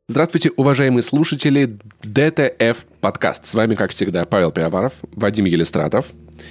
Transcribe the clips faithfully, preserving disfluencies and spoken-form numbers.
Здравствуйте, уважаемые слушатели ди ти эф подкаст. С вами, как всегда, Павел Пиаваров, Вадим Елистратов.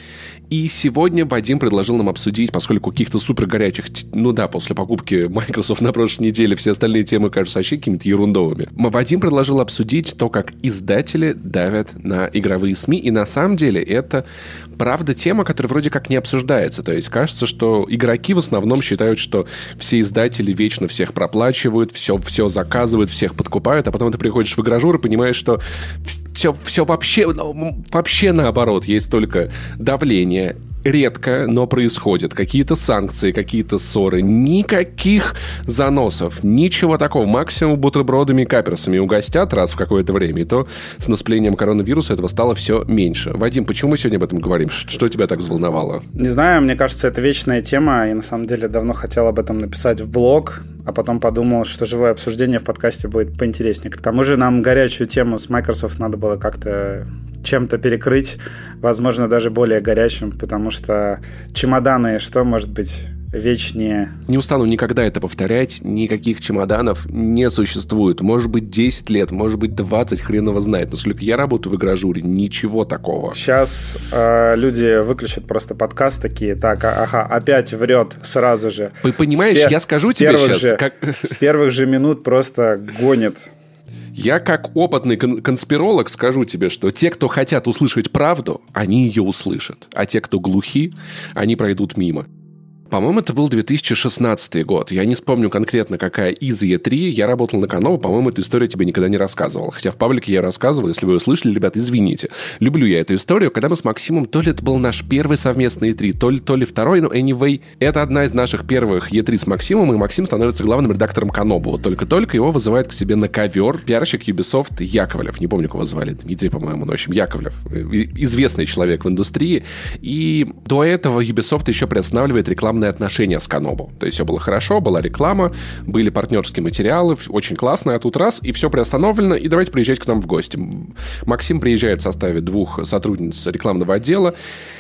И сегодня Вадим предложил нам обсудить, поскольку каких-то супер горячих, ну да, после покупки Microsoft на прошлой неделе все остальные темы кажутся вообще какими-то ерундовыми. Вадим предложил обсудить то, как издатели давят на игровые СМИ. И на самом деле это, правда, тема, которая вроде как не обсуждается. То есть кажется, что игроки в основном считают, что все издатели вечно всех проплачивают, все, все заказывают, всех подкупают, а потом ты приходишь в игражур и понимаешь, что все, все вообще, вообще наоборот. Есть только давление. Редко, но происходит. Какие-то санкции, какие-то ссоры. Никаких заносов. Ничего такого. Максимум бутербродами и каперсами угостят раз в какое-то время. И то с наступлением коронавируса этого стало все меньше. Вадим, почему мы сегодня об этом говорим? Что тебя так взволновало? Не знаю, мне кажется, это вечная тема. И на самом деле давно хотел об этом написать в блог, а потом подумал, что живое обсуждение в подкасте будет поинтереснее. К тому же нам горячую тему с Microsoft надо было как-то чем-то перекрыть, возможно, даже более горячим, потому что чемоданы, что может быть вечнее? Не устану никогда это повторять, никаких чемоданов не существует. Может быть, десять лет, может быть, двадцать, хрен его знает. Но сколько я работаю в игражуре, ничего такого. Сейчас э, люди выключат просто подкаст такие, так, ага, опять врет сразу же. Ты понимаешь, пер... я скажу тебе сейчас... Же, как... С первых же минут просто гонит. Я, как опытный кон- конспиролог, скажу тебе, что те, кто хотят услышать правду, они ее услышат. А те, кто глухи, они пройдут мимо. По-моему, это был две тысячи шестнадцатый год. Я не вспомню конкретно, какая из и три. Я работал на Canova, по-моему, эту историю тебе никогда не рассказывал. Хотя в паблике я рассказывал. Если вы ее слышали, ребят, извините. Люблю я эту историю. Когда мы с Максимом, то ли это был наш первый совместный и три, то ли, то ли второй, но anyway, это одна из наших первых и три с Максимом, и Максим становится главным редактором Canova. Вот только-только его вызывает к себе на ковер пиарщик Ubisoft Яковлев. Не помню, кого звали. Дмитрий, по-моему, но в общем, Яковлев. Известный человек в индустрии. И до этого Ubisoft еще приостанавливает рекламу отношения с Canova. То есть все было хорошо, была реклама, были партнерские материалы, очень классно, а тут раз, и все приостановлено, и давайте приезжать к нам в гости. Максим приезжает в составе двух сотрудниц рекламного отдела.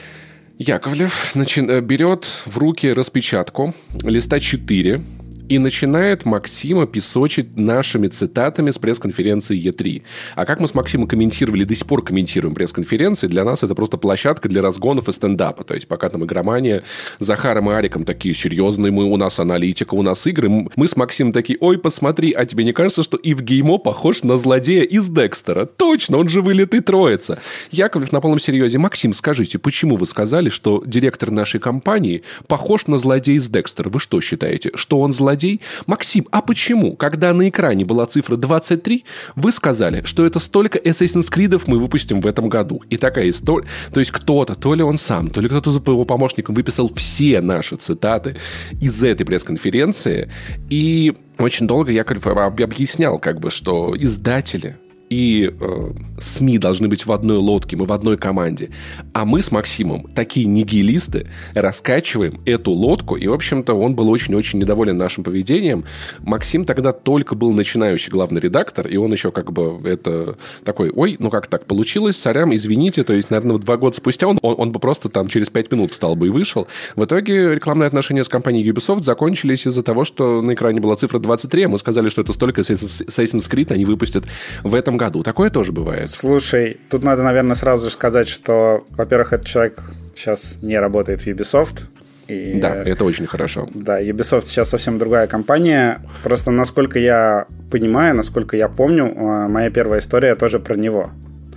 Яковлев начи- берет в руки распечатку, листа четыре, и начинает Максима песочить нашими цитатами с пресс-конференции и три. А как мы с Максимом комментировали, до сих пор комментируем пресс-конференции, для нас это просто площадка для разгонов и стендапа. То есть пока там игромания, Захаром и Ариком такие серьезные, мы, у нас аналитика, у нас игры, мы с Максимом такие, ой, посмотри, а тебе не кажется, что Ив Геймо похож на злодея из Декстера? Точно, он же вылитый троица. Яковлев на полном серьезе, Максим, скажите, почему вы сказали, что директор нашей компании похож на злодея из Декстера? Вы что считаете, что он злодей? Максим, а почему, когда на экране была цифра двадцать три, вы сказали, что это столько Assassin's Creed'ов мы выпустим в этом году? И такая история. То есть кто-то, то ли он сам, то ли кто-то за его помощником выписал все наши цитаты из этой пресс-конференции. И очень долго Яковлев объяснял, как бы, что издатели и э, СМИ должны быть в одной лодке, мы в одной команде. А мы с Максимом, такие нигилисты, раскачиваем эту лодку. И, в общем-то, он был очень-очень недоволен нашим поведением. Максим тогда только был начинающий главный редактор, и он еще как бы это такой, ой, ну как так получилось, сорям, извините. То есть, наверное, два года спустя он, он, он бы просто там через пять минут встал бы и вышел. В итоге рекламные отношения с компанией Ubisoft закончились из-за того, что на экране была цифра двадцать три, а мы сказали, что это столько Assassin's Creed они выпустят в этом году. Такое тоже бывает. Слушай, тут надо, наверное, сразу же сказать, что, во-первых, этот человек сейчас не работает в Ubisoft. И, да, это очень хорошо. Да, Ubisoft сейчас совсем другая компания. Просто, насколько я понимаю, насколько я помню, моя первая история тоже про него.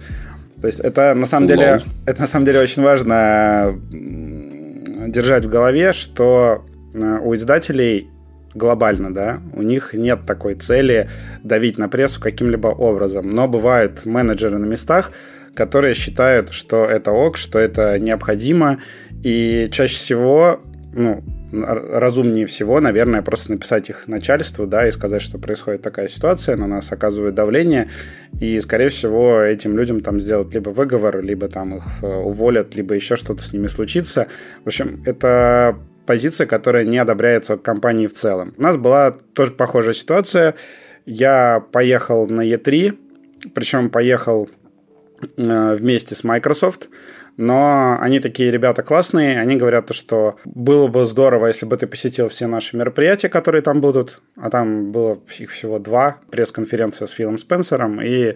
То есть это на самом деле, это на самом деле очень важно держать в голове, что у издателей глобально, да, у них нет такой цели давить на прессу каким-либо образом. Но бывают менеджеры на местах, которые считают, что это ок, что это необходимо. И чаще всего, ну, разумнее всего, наверное, просто написать их начальству, да, и сказать, что происходит такая ситуация, на нас оказывают давление, и, скорее всего, этим людям там сделают либо выговор, либо там их уволят, либо еще что-то с ними случится. В общем, это позиция, которая не одобряется компанией в целом. У нас была тоже похожая ситуация. Я поехал на и три, причем поехал э, вместе с Microsoft но они такие ребята классные, они говорят, что было бы здорово, если бы ты посетил все наши мероприятия, которые там будут, а там было их всего два, пресс-конференция с Филом Спенсером и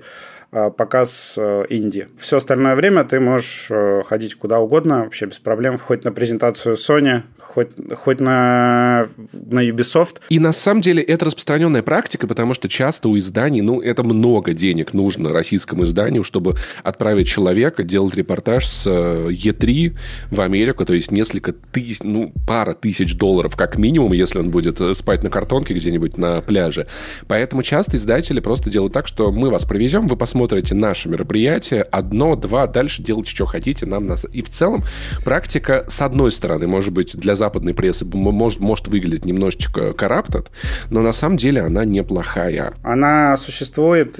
показ инди. Все остальное время ты можешь ходить куда угодно, вообще без проблем, хоть на презентацию Sony, хоть, хоть на, на Ubisoft. И на самом деле это распространенная практика, потому что часто у изданий, ну, это много денег нужно российскому изданию, чтобы отправить человека делать репортаж с и три в Америку, то есть несколько тысяч, ну, пара тысяч долларов как минимум, если он будет спать на картонке где-нибудь на пляже. Поэтому часто издатели просто делают так, что мы вас провезем, вы посмотрите смотрите наше мероприятие, одно, два, дальше делайте, что хотите. Нам нас... И в целом практика, с одной стороны, может быть, для западной прессы может, может выглядеть немножечко corrupted, но на самом деле она неплохая. Она существует,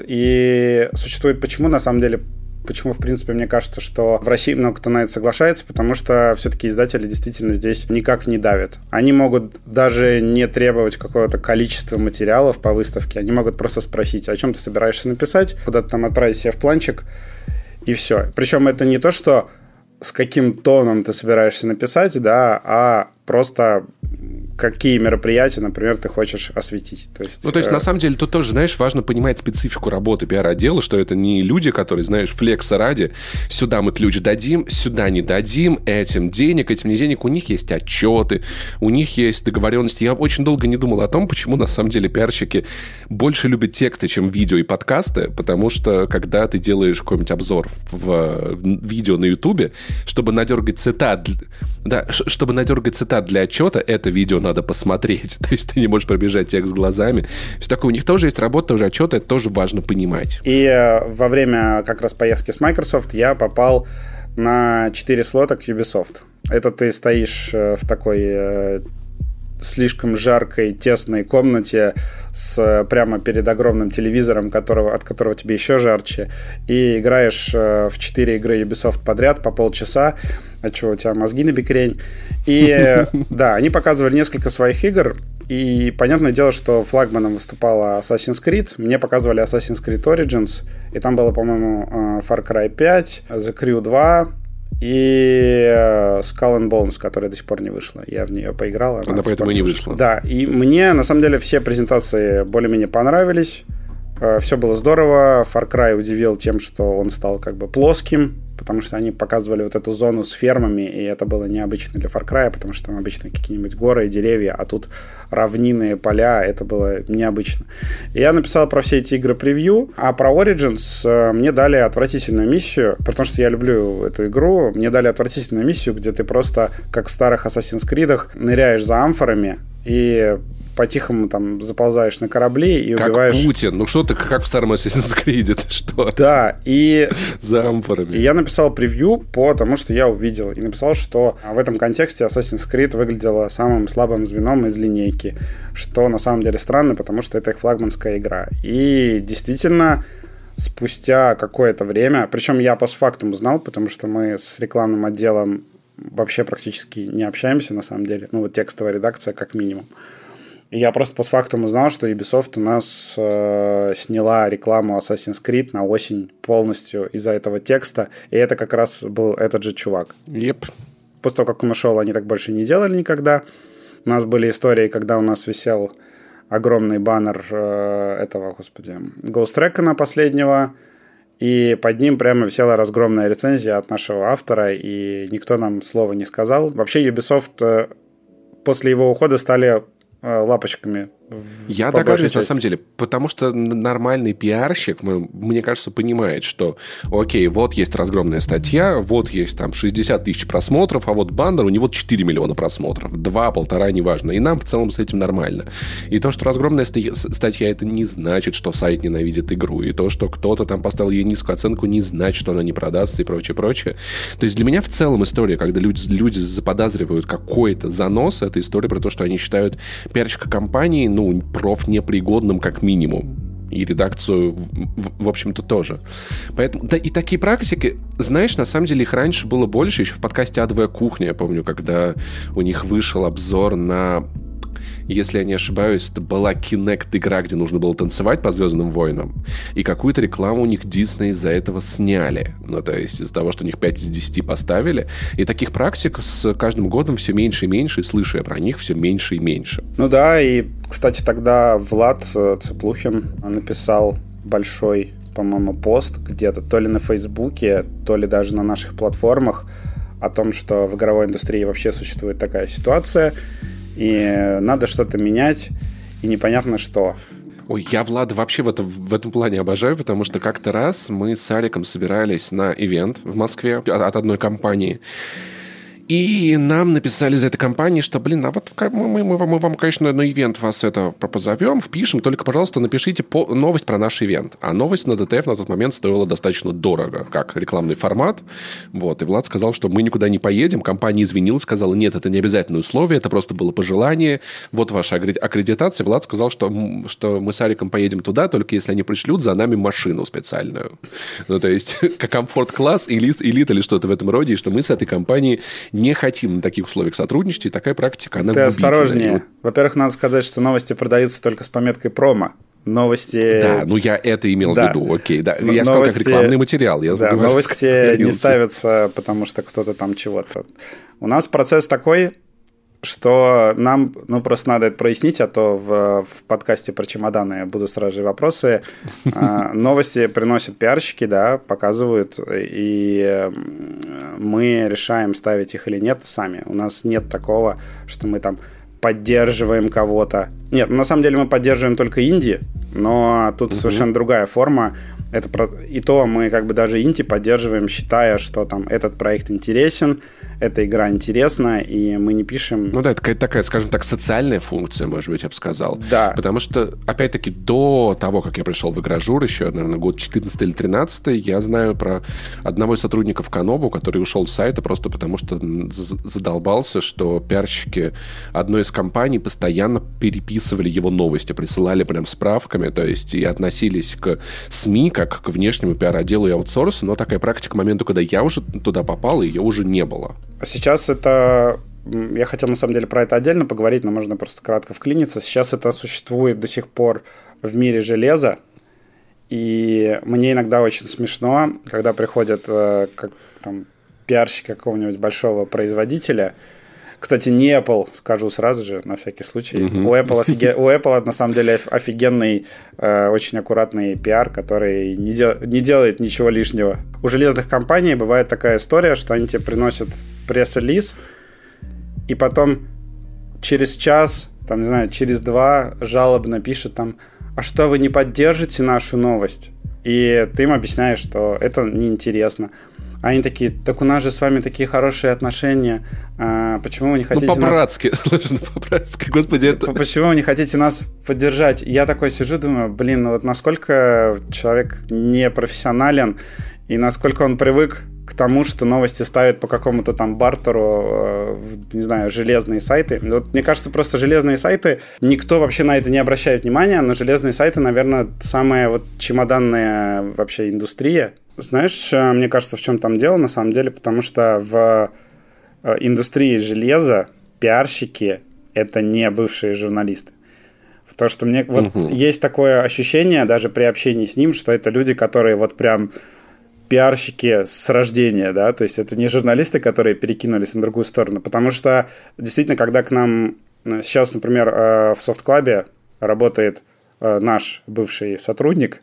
и существует почему, на самом деле, почему, в принципе, мне кажется, что в России много кто на это соглашается, потому что все-таки издатели действительно здесь никак не давят. Они могут даже не требовать какого-то количества материалов по выставке, они могут просто спросить, о чем ты собираешься написать, куда-то там отправить себе в планчик, и все. Причем это не то, что с каким тоном ты собираешься написать, да, а просто какие мероприятия, например, ты хочешь осветить. То есть, ну, то есть, э... на самом деле, тут тоже, знаешь, важно понимать специфику работы пиар-отдела, что это не люди, которые, знаешь, флекса ради, сюда мы ключ дадим, сюда не дадим, этим денег, этим не денег. У них есть отчеты, у них есть договоренности. Я очень долго не думал о том, почему, на самом деле, пиарщики больше любят тексты, чем видео и подкасты, потому что, когда ты делаешь какой-нибудь обзор в видео на Ютубе, чтобы надергать цитат, да, чтобы надергать цитат для отчета, это видео надо посмотреть. То есть ты не можешь пробежать текст глазами. Все такое. У них тоже есть работа, тоже отчеты, это тоже важно понимать. И э, во время как раз поездки с Microsoft я попал на четыре слота к Ubisoft. Это ты стоишь э, в такой э, слишком жаркой, тесной комнате с, прямо перед огромным телевизором, которого, от которого тебе еще жарче, и играешь э, в четыре игры Ubisoft подряд по полчаса, отчего у тебя мозги на бекрень. И да, они показывали несколько своих игр, и понятное дело, что флагманом выступала Assassin's Creed, мне показывали Assassin's Creed Origins, и там было, по-моему, Far Cry пять, The Crew два и Skull and Bones, которая до сих пор не вышла. Я в нее поиграл. Она, она поэтому и не вышла. Да, и мне, на самом деле, все презентации более-менее понравились. Все было здорово. Far Cry удивил тем, что он стал как бы плоским, потому что они показывали вот эту зону с фермами, и это было необычно для Far Cry, потому что там обычно какие-нибудь горы и деревья, а тут равнины, поля, это было необычно. И я написал про все эти игры превью, а про Origins мне дали отвратительную миссию, потому что я люблю эту игру, мне дали отвратительную миссию, где ты просто, как в старых Assassin's Creed'ах, ныряешь за амфорами и по-тихому там заползаешь на корабли и как убиваешь... Как Путин. Ну что ты, как в старом Assassin's Creed, ты что? Да, и... За амфорами. И я написал превью по тому, что я увидел. И написал, что в этом контексте Assassin's Creed выглядела самым слабым звеном из линейки. Что на самом деле странно, потому что это их флагманская игра. И действительно, спустя какое-то время... Причем я постфактум узнал, потому что мы с рекламным отделом вообще практически не общаемся, на самом деле. Ну, вот текстовая редакция как минимум. И я просто постфактум узнал, что Ubisoft у нас э, сняла рекламу Assassin's Creed на осень полностью из-за этого текста. И это как раз был этот же чувак. Yep. После того, как он ушел, они так больше не делали никогда. У нас были истории, когда у нас висел огромный баннер э, этого, господи, Ghost Recon последнего. И под ним прямо висела разгромная рецензия от нашего автора. И никто нам слова не сказал. Вообще Ubisoft э, после его ухода стали... лапочками. Я догадываюсь, на самом деле, потому что нормальный пиарщик, мне кажется, понимает, что окей, вот есть разгромная статья, вот есть там шестьдесят тысяч просмотров, а вот баннер, у него четыре миллиона просмотров, два, полтора, неважно. И нам в целом с этим нормально. И то, что разгромная статья, это не значит, что сайт ненавидит игру. И то, что кто-то там поставил ей низкую оценку, не значит, что она не продастся и прочее, прочее. То есть для меня в целом история, когда люди, люди заподозривают какой-то занос, это история про то, что они считают пиарщика компании, ну, профнепригодным как минимум. И редакцию, в, в общем-то, тоже. Поэтому, да, и такие практики, знаешь, на самом деле их раньше было больше. Еще в подкасте «Адовая кухня», я помню, когда у них вышел обзор на... если я не ошибаюсь, это была Kinect-игра, где нужно было танцевать по «Звездным войнам», и какую-то рекламу у них Disney из-за этого сняли. Ну, то есть из-за того, что у них пять из десяти поставили. И таких практик с каждым годом все меньше и меньше, и слышу я про них все меньше и меньше. Ну да, и, кстати, тогда Влад Цыплухин написал большой, по-моему, пост где-то, то ли на Фейсбуке, то ли даже на наших платформах, о том, что в игровой индустрии вообще существует такая ситуация, и надо что-то менять, и непонятно что. Ой, я Влада вообще в, это, в этом плане обожаю, потому что как-то раз мы с Аликом собирались на ивент в Москве от, от одной компании. И нам написали из этой компании, что, блин, а вот мы, мы, мы, мы вам, конечно, на ивент вас это позовем, впишем, только, пожалуйста, напишите по- новость про наш ивент. А новость на ди ти эф на тот момент стоила достаточно дорого, как рекламный формат. Вот. И Влад сказал, что мы никуда не поедем. Компания извинилась, сказала, нет, это не обязательное условие, это просто было пожелание. Вот ваша аккредитация. Влад сказал, что, что мы с Аликом поедем туда, только если они пришлют за нами машину специальную. Ну, то есть, как комфорт-класс, элит, элит или что-то в этом роде, и что мы с этой компанией не хотим на таких условиях сотрудничать, и такая практика, она Ты губительная. осторожнее. Во-первых, надо сказать, что новости продаются только с пометкой промо. Новости... Да, ну я это имел да. в виду, окей. Да. Я новости... сказал, как рекламный материал. Я да, говорю, новости не ставятся, потому что кто-то там чего-то... У нас процесс такой, что нам, ну, просто надо это прояснить, а то в, в подкасте про чемоданы будут сразу же вопросы. Новости приносят пиарщики, да, показывают, и мы решаем, ставить их или нет сами. У нас нет такого, что мы там поддерживаем кого-то. Нет, на самом деле мы поддерживаем только инди, но тут угу. совершенно другая форма. Это про... И то мы как бы даже инди поддерживаем, считая, что там этот проект интересен, эта игра интересна, и мы не пишем... Ну да, это какая-то такая, скажем так, социальная функция, может быть, я бы сказал. Да. Потому что, опять-таки, до того, как я пришел в Игражур, еще, наверное, год четырнадцатый или тринадцатый, я знаю про одного из сотрудников Канобу, который ушел с сайта просто потому, что задолбался, что пиарщики одной из компаний постоянно переписывали его новости, присылали прям справками, то есть и относились к СМИ как к внешнему пиар-отделу и аутсорсу, но такая практика к моменту, когда я уже туда попал, ее уже не было. Сейчас это... Я хотел, на самом деле, про это отдельно поговорить, но можно просто кратко вклиниться. Сейчас это существует до сих пор в мире железа, и мне иногда очень смешно, когда приходят как, там, пиарщики какого-нибудь большого производителя. Кстати, не Apple, скажу сразу же, на всякий случай. Mm-hmm. У Apple, офиге... У Apple, на самом деле, офигенный, э, очень аккуратный пиар, который не, дел... не делает ничего лишнего. У железных компаний бывает такая история, что они тебе приносят пресс-релиз, и потом через час, там, не знаю, через два жалобно пишут там, а что вы не поддержите нашу новость? И ты им объясняешь, что это неинтересно. Они такие, так у нас же с вами такие хорошие отношения, а, почему вы не хотите ну, по-братски. нас... Ну, по-братски, господи, это... Почему вы не хотите нас поддержать? Я такой сижу, думаю, блин, ну вот насколько человек непрофессионален, и насколько он привык к тому, что новости ставят по какому-то там бартеру, не знаю, железные сайты. Вот, мне кажется, просто железные сайты, никто вообще на это не обращает внимания, но железные сайты, наверное, самая вот чемоданная вообще индустрия. Знаешь, мне кажется, в чем там дело на самом деле, потому что в индустрии железа пиарщики – это не бывшие журналисты. То, что мне вот uh-huh. есть такое ощущение, даже при общении с ним, что это люди, которые вот прям пиарщики с рождения, да, то есть это не журналисты, которые перекинулись на другую сторону, потому что действительно, когда к нам сейчас, например, в софт-клабе работает наш бывший сотрудник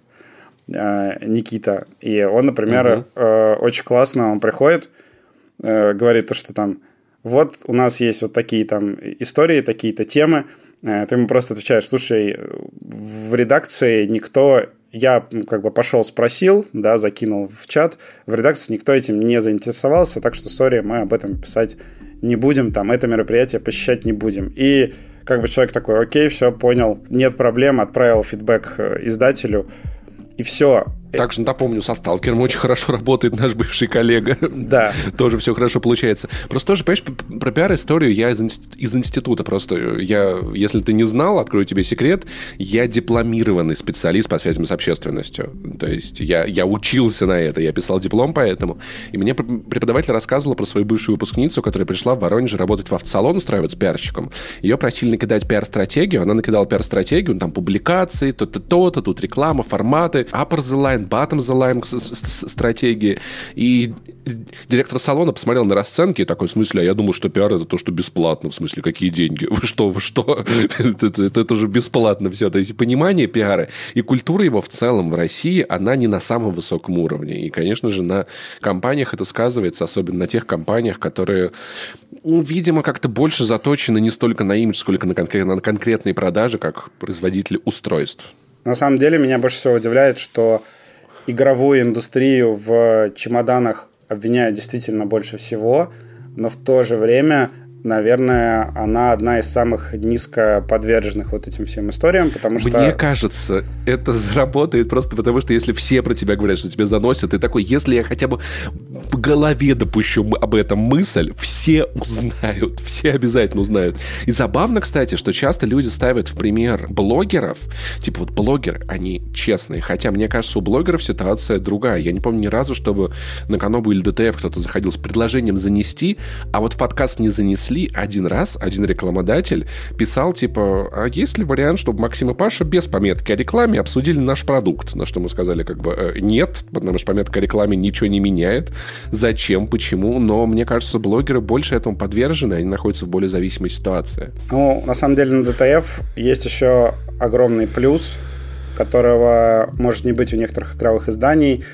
Никита, и он, например, uh-huh. очень классно, он приходит, говорит то, что там вот у нас есть вот такие там истории, такие-то темы, ты ему просто отвечаешь, слушай, в редакции никто... Я как бы пошел, спросил, да, закинул в чат. В редакции никто этим не заинтересовался, так что, сори, мы об этом писать не будем, там, это мероприятие посещать не будем. И как бы человек такой, окей, все, понял, нет проблем, отправил фидбэк издателю, и все. Также напомню, со Сталкером очень хорошо работает наш бывший коллега. Да. Тоже все хорошо получается. Просто тоже, понимаешь, про пиар-историю я из, из института просто. Я, если ты не знал, открою тебе секрет, я дипломированный специалист по связям с общественностью. То есть я, я учился на это, я писал диплом по этому. И мне преподаватель рассказывал про свою бывшую выпускницу, которая пришла в Воронеж работать в автосалон, устраиваться пиарщиком. Ее просили накидать пиар-стратегию, она накидала пиар-стратегию, там публикации, то-то, то-то, тут реклама, форматы, upper the line, bottom the line стратегии. И директор салона посмотрел на расценки и такой, в смысле, а я думаю, что пиар — это то, что бесплатно. В смысле, какие деньги? Вы что, вы что? Это же бесплатно все. То есть понимание пиара и культура его в целом в России, она не на самом высоком уровне. И, конечно же, на компаниях это сказывается, особенно на тех компаниях, которые, ну, видимо, как-то больше заточены не столько на имидж, сколько на, конкрет, на конкретные продажи, как производители устройств. На самом деле, меня больше всего удивляет, что игровую индустрию в чемоданах обвиняют действительно больше всего, но в то же время, наверное, она одна из самых низко подверженных вот этим всем историям, потому что... Мне кажется, это работает просто потому, что если все про тебя говорят, что тебя заносят, ты такой, если я хотя бы в голове допущу об этом мысль, все узнают, все обязательно узнают. И забавно, кстати, что часто люди ставят в пример блогеров, типа вот блогеры, они честные, хотя, мне кажется, у блогеров ситуация другая. Я не помню ни разу, чтобы на Канобу или ДТФ кто-то заходил с предложением занести, а вот в подкаст не занесли. Один раз один рекламодатель писал, типа, а есть ли вариант, чтобы Максим и Паша без пометки о рекламе обсудили наш продукт? На что мы сказали, как бы, нет, потому что пометка о рекламе ничего не меняет. Зачем, почему? Но, мне кажется, блогеры больше этому подвержены, они находятся в более зависимой ситуации. Ну, на самом деле, на ДТФ есть еще огромный плюс, которого может не быть у некоторых игровых изданий.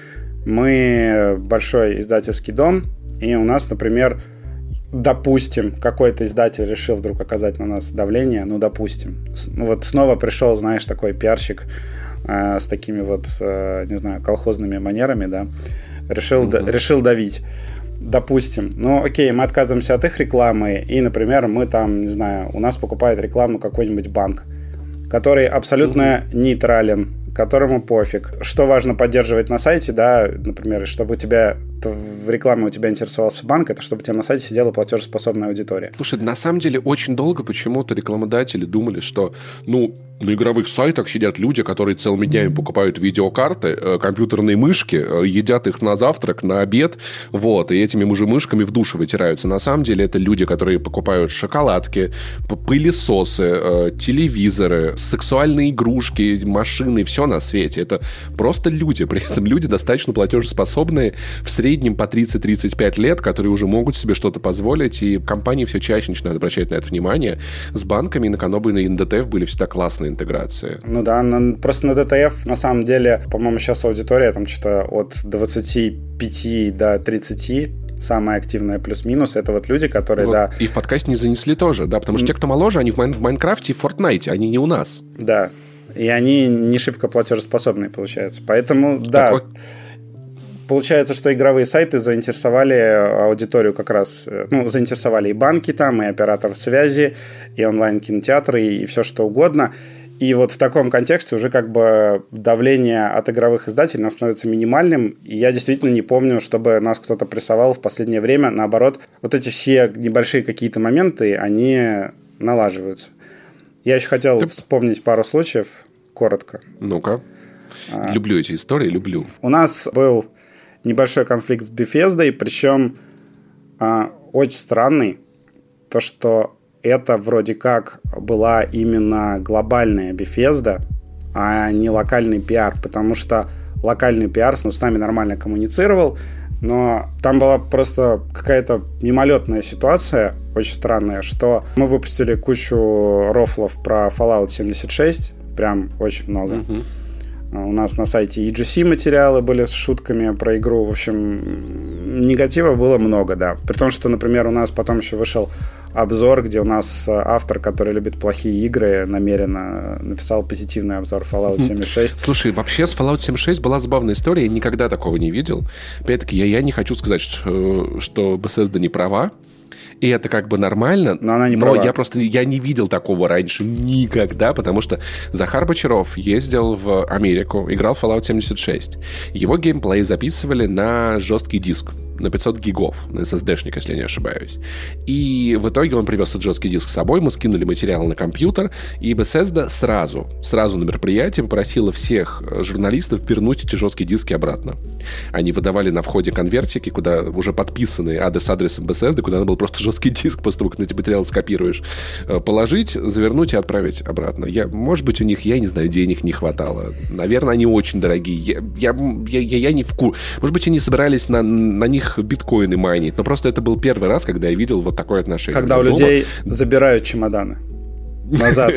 Мы большой издательский дом, и у нас, например, допустим, какой-то издатель решил вдруг оказать на нас давление, ну, допустим. Вот снова пришел, знаешь, такой пиарщик э, с такими вот, э, не знаю, колхозными манерами, да, решил, mm-hmm. да, решил давить. Допустим. Ну, окей, мы отказываемся от их рекламы, и, например, мы там, не знаю, у нас покупает рекламу какой-нибудь банк, который абсолютно mm-hmm. нейтрален, которому пофиг. Что важно поддерживать на сайте, да, например, чтобы у тебя в рекламе у тебя интересовался банк, это чтобы у тебя на сайте сидела платежеспособная аудитория. Слушай, на самом деле очень долго почему-то рекламодатели думали, что, ну, на игровых сайтах сидят люди, которые целыми днями покупают видеокарты, э, компьютерные мышки, э, едят их на завтрак, на обед, вот, и этими уже мышками в душе вытираются. На самом деле это люди, которые покупают шоколадки, пылесосы, э, телевизоры, сексуальные игрушки, машины, все на свете. Это просто люди. При этом люди достаточно платежеспособные, в среднем по тридцать-тридцать пять лет, которые уже могут себе что-то позволить, и компании все чаще начинают обращать на это внимание. С банками на Канобу и на ДТФ были всегда классные интеграции. Ну да, на, просто на ДТФ на самом деле, по-моему, сейчас аудитория там что-то от двадцати пяти до тридцати, самая активная плюс-минус, это вот люди, которые, вот, да... И в подкаст не занесли тоже, да, потому что те, кто моложе, они в, Майн- в Майнкрафте и в Фортнайте, они не у нас. Да, и они не шибко платежеспособные, получается. Поэтому, да... Так, получается, что игровые сайты заинтересовали аудиторию как раз, ну, заинтересовали и банки там, и операторов связи, и онлайн-кинотеатры, и все что угодно. И вот в таком контексте уже как бы давление от игровых издателей становится минимальным. И я действительно не помню, чтобы нас кто-то прессовал в последнее время. Наоборот, вот эти все небольшие какие-то моменты, они налаживаются. Я еще хотел Ты... вспомнить пару случаев, коротко. Ну-ка. А... Люблю эти истории, люблю. У нас был небольшой конфликт с Bethesda, причем а, очень странный. То, что это вроде как была именно глобальная Bethesda, а не локальный пиар, потому что локальный пиар с, ну, с нами нормально коммуницировал, но там была просто какая-то мимолетная ситуация, очень странная, что мы выпустили кучу рофлов про Fallout семьдесят шесть, прям очень много. Mm-hmm. У нас на сайте и джи си материалы были с шутками про игру. В общем, негатива было много, да. При том, что, например, у нас потом еще вышел обзор, где у нас автор, который любит плохие игры, намеренно написал позитивный обзор Fallout семьдесят шесть. Слушай, вообще с Fallout семьдесят шесть была забавная история. Я никогда такого не видел. Опять-таки, я, я не хочу сказать, что, что Bethesda не права. И это как бы нормально. Но она не Но права. я просто я не видел такого раньше никогда, потому что Захар Бочаров ездил в Америку, играл в Fallout семьдесят шесть. Его геймплей записывали на жесткий диск, на пятьсот гигов, на эс эс ди-шник, если я не ошибаюсь. И в итоге он привез этот жесткий диск с собой, мы скинули материал на компьютер, и Bethesda сразу, сразу на мероприятии попросила всех журналистов вернуть эти жесткие диски обратно. Они выдавали на входе конвертики, куда уже подписанный адрес адресом Bethesda, куда надо было просто жесткий диск, после того, как на эти материалы скопируешь, положить, завернуть и отправить обратно. Я, может быть, у них, я не знаю, денег не хватало. Наверное, они очень дорогие. Я, я, я, я, я не в курсе. Может быть, они собирались на, на них биткоины майнить. Но просто это был первый раз, когда я видел вот такое отношение. Когда у дома. людей забирают чемоданы назад.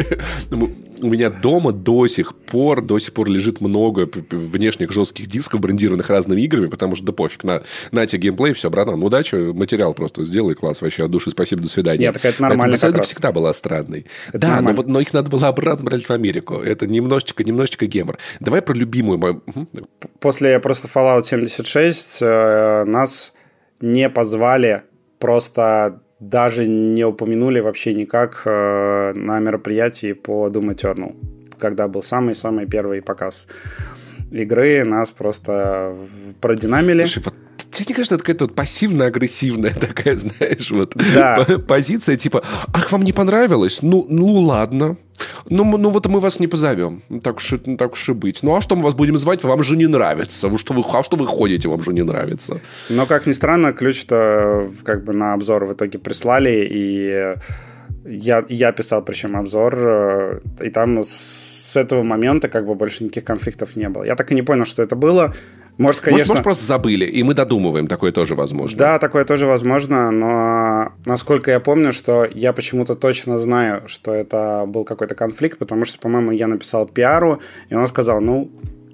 У меня дома до сих пор, до сих пор лежит много внешних жестких дисков, брендированных разными играми, потому что да пофиг, на, на тебе геймплей, все, братан, удачи, материал просто сделай, класс, вообще от души спасибо, до свидания. Нет, так это нормально. Это всегда была странной. Это да, но, вот, но их надо было обратно брать в Америку. Это немножечко, немножечко гемор. Давай про любимую мою... После просто Fallout семьдесят шесть э, нас не позвали, просто... даже не упомянули вообще никак э, на мероприятии по Doom Eternal, когда был самый-самый первый показ игры, нас просто продинамили. Слушай, вот тебе не кажется, это какая-то вот пассивно-агрессивная такая, знаешь, вот да. позиция, типа, ах, вам не понравилось? Ну, ну ладно. Ну, ну, вот мы вас не позовем. Так уж, так уж и быть. Ну, а что мы вас будем звать? Вам же не нравится. Вы что, вы, а что вы ходите? Вам же не нравится. Но, как ни странно, ключ-то как бы на обзор в итоге прислали, и я, я писал, причем, обзор, и там с этого момента как бы больше никаких конфликтов не было. Я так и не понял, что это было. Может, конечно... Может, может, просто забыли, и мы додумываем, такое тоже возможно. Да, такое тоже возможно, но насколько я помню, что я почему-то точно знаю, что это был какой-то конфликт, потому что, по-моему, я написал пиару, и он сказал, ну,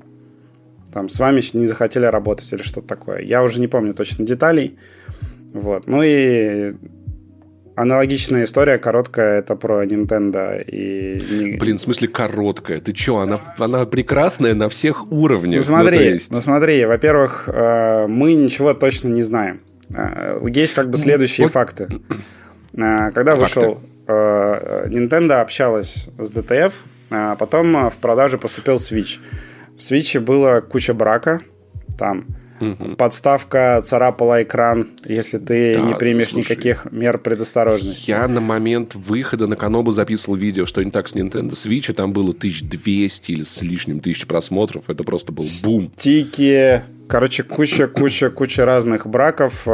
там, с вами не захотели работать или что-то такое. Я уже не помню точно деталей. Вот. Ну и... аналогичная история, короткая, это про Nintendo. И... Блин, в смысле короткая? Ты чё, она, она прекрасная на всех уровнях. Ну смотри, ну, есть... ну, смотри, во-первых, мы ничего точно не знаем. Есть как бы следующие вот... факты. Когда факты. Вышел Nintendo, общалась с ди ти эф, а потом в продажу поступил Switch. В Switch было куча брака, там... Угу. Подставка царапала экран, если ты да, не примешь слушай, никаких мер предосторожности. Я на момент выхода на Канобу записывал видео, что не так с Nintendo Switch, и там было тысяча двести или с лишним тысяч просмотров. Это просто был бум. Стики, короче, куча-куча-куча разных браков.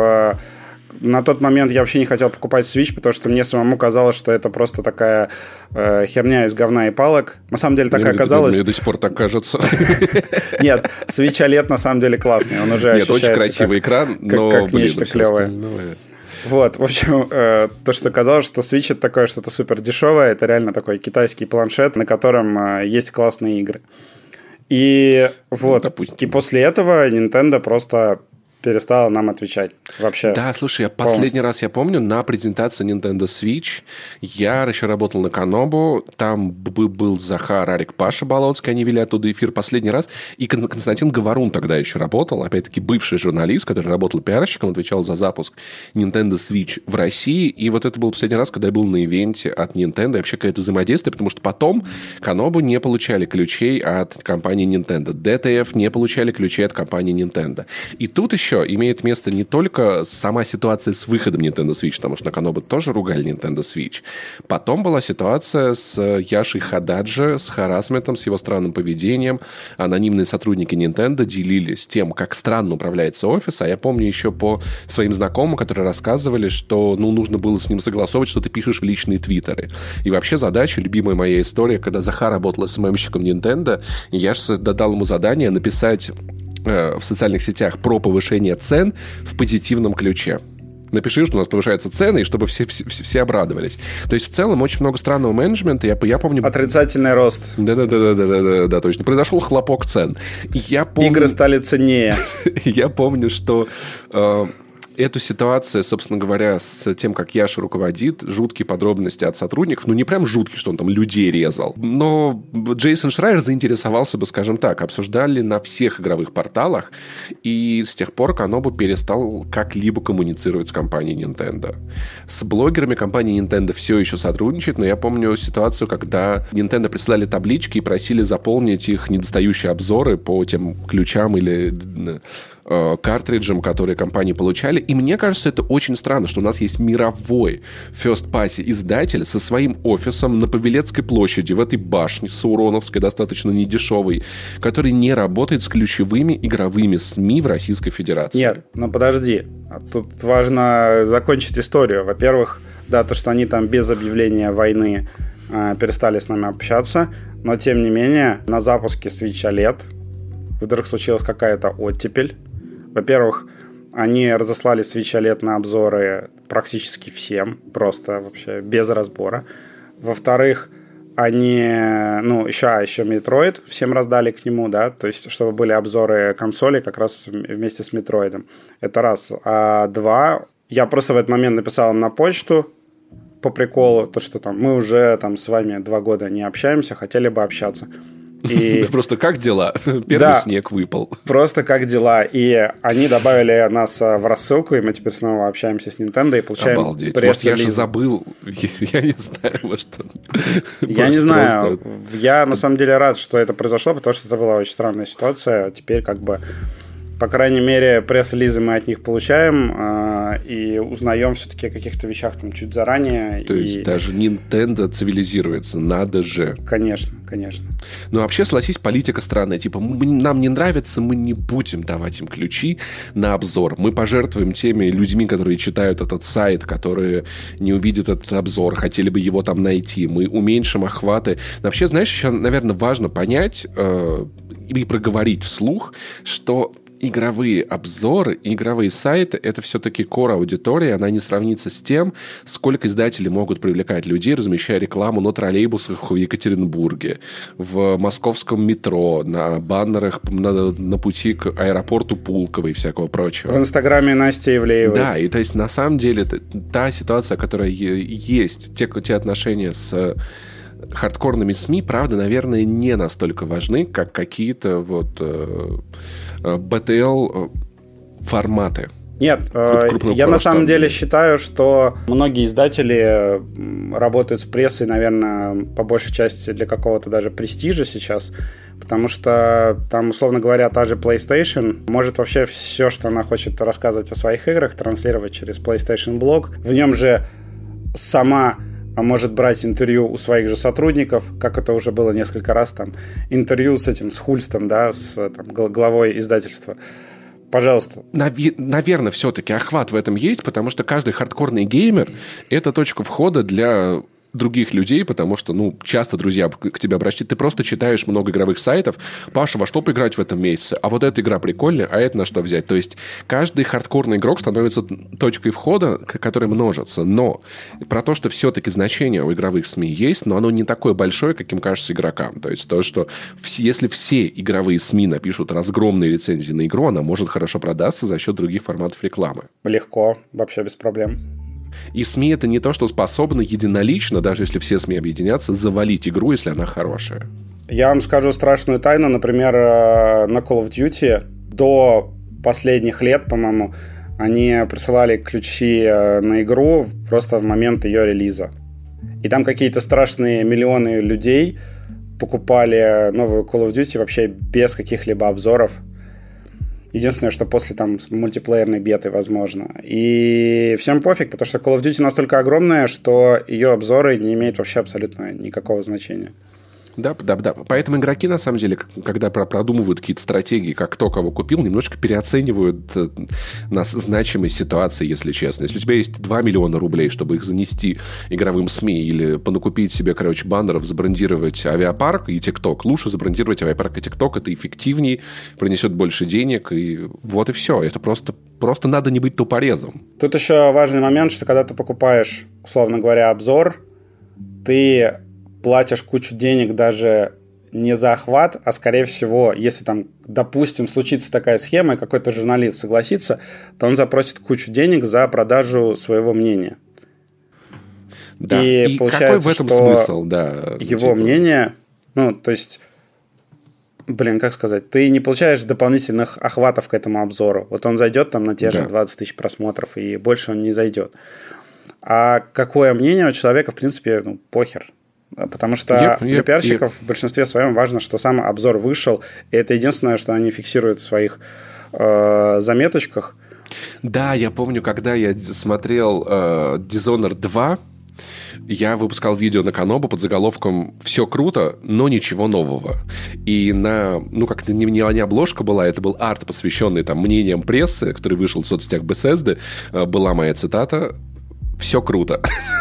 На тот момент я вообще не хотел покупать Switch, потому что мне самому казалось, что это просто такая э, херня из говна и палок. На самом деле так и оказалось. Мне до сих пор так кажется. Нет, Switch о лет на самом деле классный. Он уже Нет, очень красивый экран, но, как нечто клевое. Вот, в общем, э, то, что казалось, что Switch это такое что-то супер дешевое, это реально такой китайский планшет, на котором э, есть классные игры. И вот, ну, и после этого Nintendo просто перестала нам отвечать вообще. Да, слушай, я последний раз я помню на презентации Nintendo Switch я еще работал на Канобу, там был Захар, Арик, Паша Болоцкий, они вели оттуда эфир последний раз, и Константин Говорун тогда еще работал, опять-таки бывший журналист, который работал пиарщиком, отвечал за запуск Nintendo Switch в России, и вот это был последний раз, когда я был на ивенте от Nintendo, и вообще какое-то взаимодействие, потому что потом Канобу не получали ключей от компании Nintendo, ди ти эф не получали ключей от компании Nintendo. И тут еще имеет место не только сама ситуация с выходом Nintendo Switch, потому что на Канобу тоже ругали Nintendo Switch. Потом была ситуация с Яшей Хададжи, с харассментом, с его странным поведением. Анонимные сотрудники Nintendo делились тем, как странно управляется офис. А я помню еще по своим знакомым, которые рассказывали, что ну, нужно было с ним согласовывать, что ты пишешь в личные твиттеры. И вообще задача, любимая моя история, когда Захар работал эс эм эм-щиком Nintendo, я же дал ему задание написать в социальных сетях про повышение цен в позитивном ключе. Напиши, что у нас повышаются цены, и чтобы все, все, все обрадовались. То есть, в целом, очень много странного менеджмента. Я, я помню... Отрицательный рост. Да-да-да, да, точно. Произошел хлопок цен. Я помню... Игры стали ценнее. Я помню, что... Эту ситуацию, собственно говоря, с тем, как Яша руководит, жуткие подробности от сотрудников, ну, не прям жуткие, что он там людей резал, но Джейсон Шрайер заинтересовался бы, скажем так, обсуждали на всех игровых порталах, и с тех пор Канобу перестал как-либо коммуницировать с компанией Nintendo. С блогерами компания Nintendo все еще сотрудничает, но я помню ситуацию, когда Nintendo присылали таблички и просили заполнить их недостающие обзоры по тем ключам или э, картриджам, которые компании получали. И мне кажется, это очень странно, что у нас есть мировой first-party издатель со своим офисом на Павелецкой площади, в этой башне Сауроновской, достаточно недешевой, который не работает с ключевыми игровыми СМИ в Российской Федерации. Нет, ну подожди. Тут важно закончить историю. Во-первых, да, то, что они там без объявления войны э, перестали с нами общаться, но тем не менее на запуске Switch о лед вдруг случилась какая-то оттепель. Во-первых, они разослали Switch о лед на обзоры практически всем, просто вообще без разбора. Во-вторых, они, ну, еще, а еще Metroid всем раздали к нему, да, то есть, чтобы были обзоры консолей как раз вместе с Metroid'ом. Это раз. А два, я просто в этот момент написал им на почту по приколу, то, что там мы уже там с вами два года не общаемся, хотели бы общаться. И... Просто как дела? Первый да, снег выпал. Просто как дела. И они добавили нас в рассылку, и мы теперь снова общаемся с Nintendo и получаем Обалдеть. Может, я же забыл. Я не знаю, во что. Я не знаю. Я на самом деле рад, что это произошло, потому что это была очень странная ситуация. Теперь как бы... По крайней мере, пресс-релизы мы от них получаем э, и узнаем все-таки о каких-то вещах там чуть заранее. То и... есть даже Nintendo цивилизируется, надо же. Конечно, конечно. Ну, вообще, согласись, политика странная. Типа, мы, нам не нравится, мы не будем давать им ключи на обзор. Мы пожертвуем теми людьми, которые читают этот сайт, которые не увидят этот обзор, хотели бы его там найти. Мы уменьшим охваты. Но вообще, знаешь, еще, наверное, важно понять э, и проговорить вслух, что... Игровые обзоры, игровые сайты — это все-таки кор-аудитория, она не сравнится с тем, сколько издатели могут привлекать людей, размещая рекламу на троллейбусах в Екатеринбурге, в московском метро, на баннерах на, на пути к аэропорту Пулково и всякого прочего. В инстаграме Насти Ивлеевой. Да, и то есть на самом деле та ситуация, которая есть, те, те отношения с... хардкорными СМИ, правда, наверное, не настолько важны, как какие-то вот э, би ти эл форматы. Нет, э, я на самом деле считаю, что многие издатели работают с прессой, наверное, по большей части для какого-то даже престижа сейчас, потому что там, условно говоря, та же PlayStation может вообще все, что она хочет рассказывать о своих играх, транслировать через PlayStation Blog. В нем же сама... а может брать интервью у своих же сотрудников, как это уже было несколько раз, там, интервью с этим, с Хульстом, да, с там, главой издательства. Пожалуйста. Наве- наверное, все-таки охват в этом есть, потому что каждый хардкорный геймер – это точка входа для других людей, потому что, ну, часто друзья к тебе обращаются. Ты просто читаешь много игровых сайтов. Паша, во что поиграть в этом месяце? А вот эта игра прикольная, а это на что взять? То есть каждый хардкорный игрок становится точкой входа, которая множится. Но про то, что все-таки значение у игровых СМИ есть, но оно не такое большое, каким кажется игрокам. То есть то, что если все игровые СМИ напишут разгромные рецензии на игру, она может хорошо продаться за счет других форматов рекламы. Легко, вообще без проблем. И СМИ это не то, что способны единолично, даже если все СМИ объединятся, завалить игру, если она хорошая. Я вам скажу страшную тайну. Например, на Call of Duty до последних лет, по-моему, они присылали ключи на игру просто в момент ее релиза. И там какие-то страшные миллионы людей покупали новую Call of Duty вообще без каких-либо обзоров. Единственное, что после там мультиплеерной беты возможно. И всем пофиг, потому что Call of Duty настолько огромная, что ее обзоры не имеют вообще абсолютно никакого значения. Да, да, да. Поэтому игроки, на самом деле, когда продумывают какие-то стратегии, как кто кого купил, немножко переоценивают нас значимость ситуации, если честно. Если у тебя есть два миллиона рублей, чтобы их занести игровым СМИ или понакупить себе, короче, баннеров, забрендировать авиапарк и ТикТок, лучше забрендировать авиапарк и ТикТок, это эффективнее, принесет больше денег, и вот и все. Это просто, просто надо не быть тупорезом. Тут еще важный момент, что когда ты покупаешь, условно говоря, обзор, ты платишь кучу денег даже не за охват, а скорее всего, если там, допустим, случится такая схема, и какой-то журналист согласится, то он запросит кучу денег за продажу своего мнения. Да. И, и получается, какой в этом что смысл, да? Его типа... мнение, ну, то есть, блин, как сказать, ты не получаешь дополнительных охватов к этому обзору. Вот он зайдет там на те да. же двадцать тысяч просмотров, и больше он не зайдет. А какое мнение у человека, в принципе, ну, похер. Потому что yep, yep, для пиарщиков yep. в большинстве своем важно, что сам обзор вышел, и это единственное, что они фиксируют в своих э, заметочках. Да, я помню, когда я смотрел э, Dishonored два, я выпускал видео на Канобу под заголовком «Все круто, но ничего нового». И на, ну, как не, не обложка была, это был арт, посвященный там мнениям прессы, который вышел в соцсетях Bethesda, э, была моя цитата «Все круто».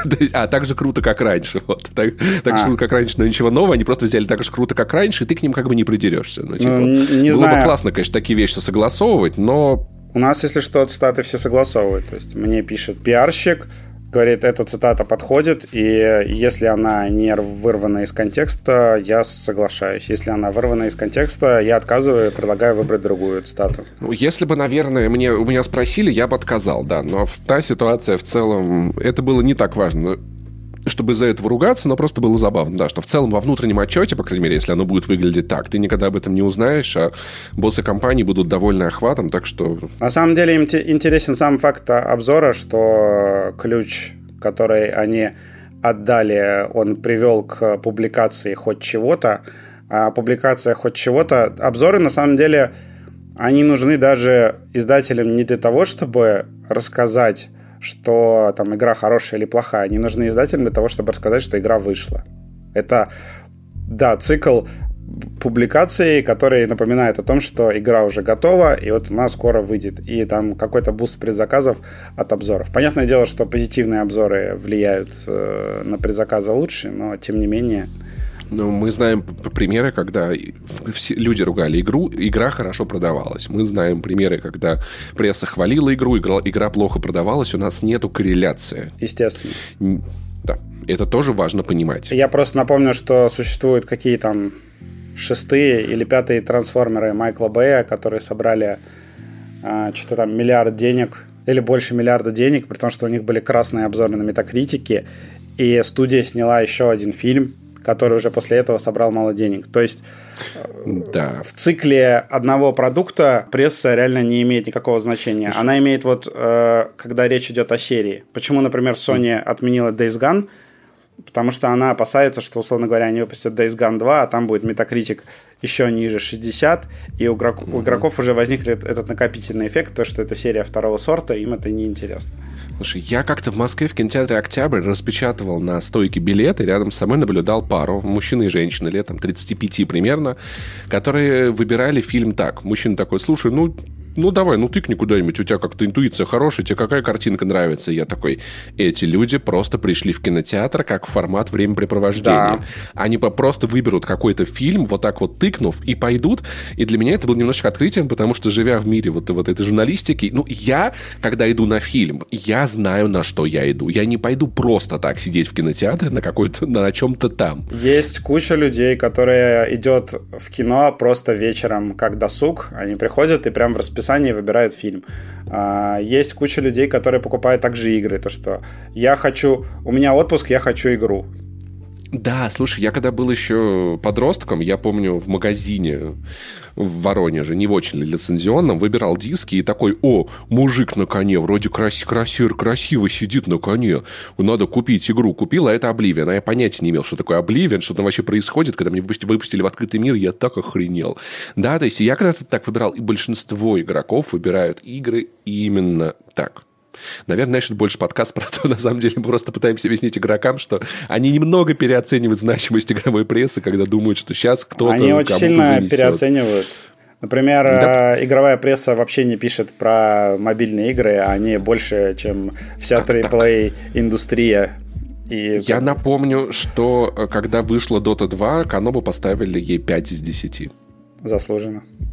А так же круто, как раньше. Вот. Так, так а. же круто, как раньше, но ничего нового. Они просто взяли так же круто, как раньше, и ты к ним как бы не придерешься. Ну, типа, ну, не было знаю. бы классно, конечно, такие вещи согласовывать, но... У нас, если что, цитаты все согласовывают. То есть мне пишет пиарщик, говорит, эта цитата подходит, и если она не вырвана из контекста, я соглашаюсь. Если она вырвана из контекста, я отказываю и предлагаю выбрать другую цитату. Если бы, наверное, мне, у меня спросили, я бы отказал, да. Но та ситуация в целом, это было не так важно, чтобы из-за этого ругаться, но просто было забавно, да, что в целом во внутреннем отчете, по крайней мере, если оно будет выглядеть так, ты никогда об этом не узнаешь, а боссы компании будут довольны охватом, так что... На самом деле им интересен сам факт обзора, что ключ, который они отдали, он привел к публикации хоть чего-то, а публикация хоть чего-то... Обзоры, на самом деле, они нужны даже издателям не для того, чтобы рассказать, что там игра хорошая или плохая. Они нужны издателям для того, чтобы рассказать, что игра вышла. Это, да, цикл публикаций, который напоминает о том, что игра уже готова, и вот она скоро выйдет. И там какой-то буст предзаказов от обзоров. Понятное дело, что позитивные обзоры влияют э, на предзаказы лучше, но тем не менее... Ну, мы знаем примеры, когда все люди ругали игру, игра хорошо продавалась. Мы знаем примеры, когда пресса хвалила игру, игра, игра плохо продавалась, у нас нету корреляции. Естественно. Да, это тоже важно понимать. Я просто напомню, что существуют какие там шестые или пятые трансформеры Майкла Бэя, которые собрали а, что-то там миллиард денег, или больше миллиарда денег, при том, что у них были красные обзоры на Метакритике, и студия сняла еще один фильм, который уже после этого собрал мало денег. То есть да. в цикле одного продукта пресса реально не имеет никакого значения. Она имеет вот, э, когда речь идет о серии. Почему, например, Sony отменила Days Gone? Потому что она опасается, что, условно говоря, они выпустят Days Gone два, а там будет Metacritic еще ниже шестьдесят, и у, игрок, mm-hmm. у игроков уже возник этот накопительный эффект, то, что это серия второго сорта, им это неинтересно. Слушай, я как-то в Москве в кинотеатре «Октябрь» распечатывал на стойке билеты, рядом с собой наблюдал пару, мужчина и женщина, лет там тридцать пять примерно, которые выбирали фильм так. Мужчина такой, слушай, ну... Ну, давай, ну тыкни куда-нибудь, у тебя как-то интуиция хорошая, тебе какая картинка нравится? И я такой, эти люди просто пришли в кинотеатр как в формат времяпрепровождения. Да. Они просто выберут какой-то фильм, вот так вот тыкнув, и пойдут. И для меня это было немножечко открытием, потому что, живя в мире вот, вот этой журналистики, ну, я, когда иду на фильм, я знаю, на что я иду. Я не пойду просто так сидеть в кинотеатре на какой-то, на чем-то там. Есть куча людей, которые идут в кино просто вечером, как досуг. Они приходят и прям в расписании выбирают фильм. Есть куча людей, которые покупают также игры. То, что я хочу... У меня отпуск, я хочу игру. Да, слушай, я когда был еще подростком, я помню, в магазине в Воронеже, не в очень лицензионном, выбирал диски и такой, о, мужик на коне, вроде крас- красиво, красиво сидит на коне, надо купить игру. Купил, а это Oblivion. А я понятия не имел, что такое Oblivion, что там вообще происходит. Когда мне выпустили в открытый мир, я так охренел. Да, то есть я когда-то так выбирал, и большинство игроков выбирают игры именно так. Наверное, знаешь, это больше подкаст про то, на самом деле, мы просто пытаемся объяснить игрокам, что они немного переоценивают значимость игровой прессы, когда думают, что сейчас кто-то они кому-то очень сильно занесет. Переоценивают. Например, да. игровая пресса вообще не пишет про мобильные игры, они больше, чем вся триплей-индустрия. И... Я напомню, что когда вышла Дота два, Канобу поставили ей пять из десяти. Заслуженно.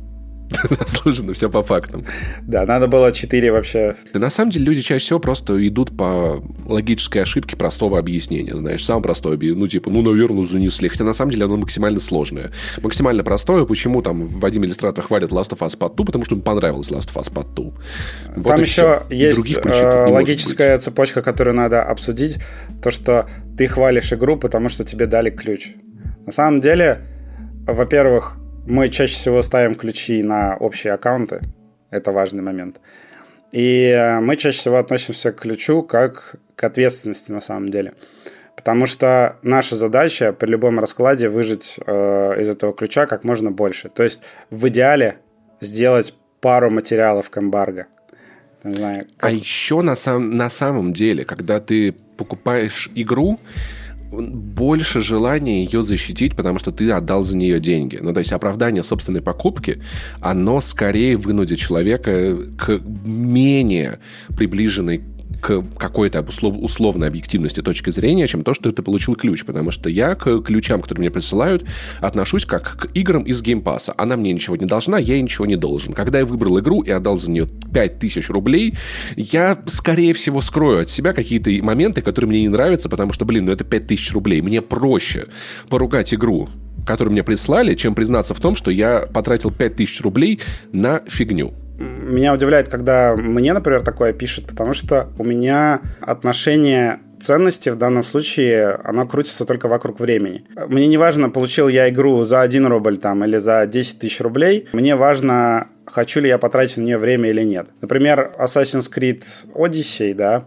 Заслуженно, все по фактам. Да, надо было четыре вообще. Да, на самом деле люди чаще всего просто идут по логической ошибке простого объяснения, знаешь, самое простое, ну, типа, ну, наверное, занесли. Хотя на самом деле оно максимально сложное. Максимально простое, почему там Вадим Иллюстратор хвалит Last of Us Part два, потому что ему понравилось Last of Us Part два. Вот там еще все. Есть э, логическая цепочка, которую надо обсудить. То, что ты хвалишь игру, потому что тебе дали ключ. На самом деле, во-первых, мы чаще всего ставим ключи на общие аккаунты. Это важный момент. И мы чаще всего относимся к ключу как к ответственности на самом деле. Потому что наша задача при любом раскладе выжать э, из этого ключа как можно больше. То есть в идеале сделать пару материалов к эмбарго. Не знаю, как... А еще на, сам, на самом деле, когда ты покупаешь игру, больше желания ее защитить, потому что ты отдал за нее деньги. Ну, то есть оправдание собственной покупки, оно скорее вынудит человека к менее приближенной к какой-то услов, условной объективности точки зрения, чем то, что ты получил ключ. Потому что я к ключам, которые мне присылают, отношусь как к играм из геймпасса. Она мне ничего не должна, я ей ничего не должен. Когда я выбрал игру и отдал за нее пять тысяч рублей, я, скорее всего, скрою от себя какие-то моменты, которые мне не нравятся, потому что, блин, ну это пять тысяч рублей. Мне проще поругать игру, которую мне прислали, чем признаться в том, что я потратил пять тысяч рублей на фигню. Меня удивляет, когда мне, например, такое пишут, потому что у меня отношение ценности в данном случае, оно крутится только вокруг времени. Мне не важно, получил я игру за один рубль там, или за десять тысяч рублей. Мне важно, хочу ли я потратить на нее время или нет. Например, Assassin's Creed Odyssey, да,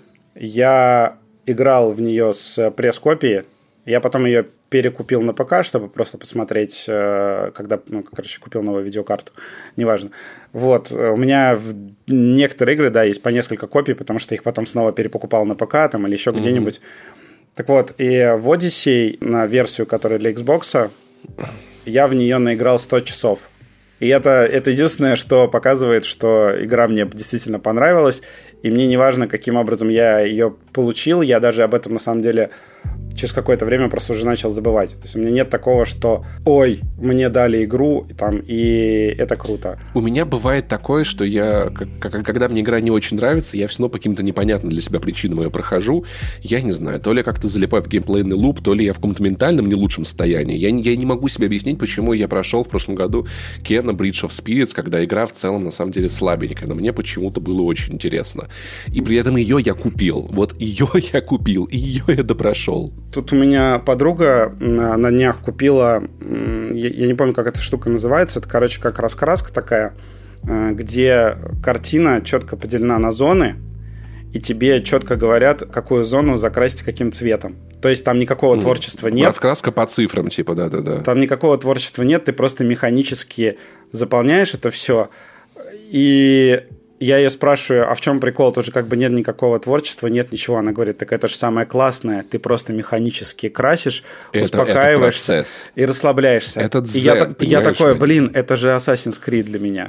я играл в нее с пресс-копии, я потом ее перекупил на ПК, чтобы просто посмотреть, когда, ну, короче, купил новую видеокарту. Неважно. Вот. У меня в некоторые игры, да, есть по несколько копий, потому что их потом снова перепокупал на ПК там, или еще mm-hmm. где-нибудь. Так вот, и в Odyssey, на версию, которая для Xbox, я в нее наиграл сто часов. И это, это единственное, что показывает, что игра мне действительно понравилась, и мне не важно, каким образом я ее получил, я даже об этом, на самом деле, через какое-то время просто уже начал забывать. То есть у меня нет такого, что «Ой, мне дали игру, там, и это круто». У меня бывает такое, что я, когда мне игра не очень нравится, я все равно по каким-то непонятным для себя причинам ее прохожу. Я не знаю, то ли как-то залипаю в геймплейный луп, то ли я в каком-то ментальном не лучшем состоянии. Я, я не могу себе объяснить, почему я прошел в прошлом году Kena Bridge of Spirits, когда игра в целом на самом деле слабенькая, но мне почему-то было очень интересно. И при этом ее я купил. Вот ее я купил, и ее я допрошел. Тут у меня подруга на, на днях купила, я, я не помню, как эта штука называется, это, короче, как раскраска такая, где картина четко поделена на зоны, и тебе четко говорят, какую зону закрасить каким цветом. То есть там никакого mm. творчества нет. Раскраска по цифрам, типа, да-да-да. Там никакого творчества нет, ты просто механически заполняешь это все, и... Я ее спрашиваю, а в чем прикол? Тоже как бы нет никакого творчества, нет ничего. Она говорит, так это же самое классное. Ты просто механически красишь, это, успокаиваешься это и расслабляешься. Это дзен, и я, я такой, блин, это же Assassin's Creed для меня.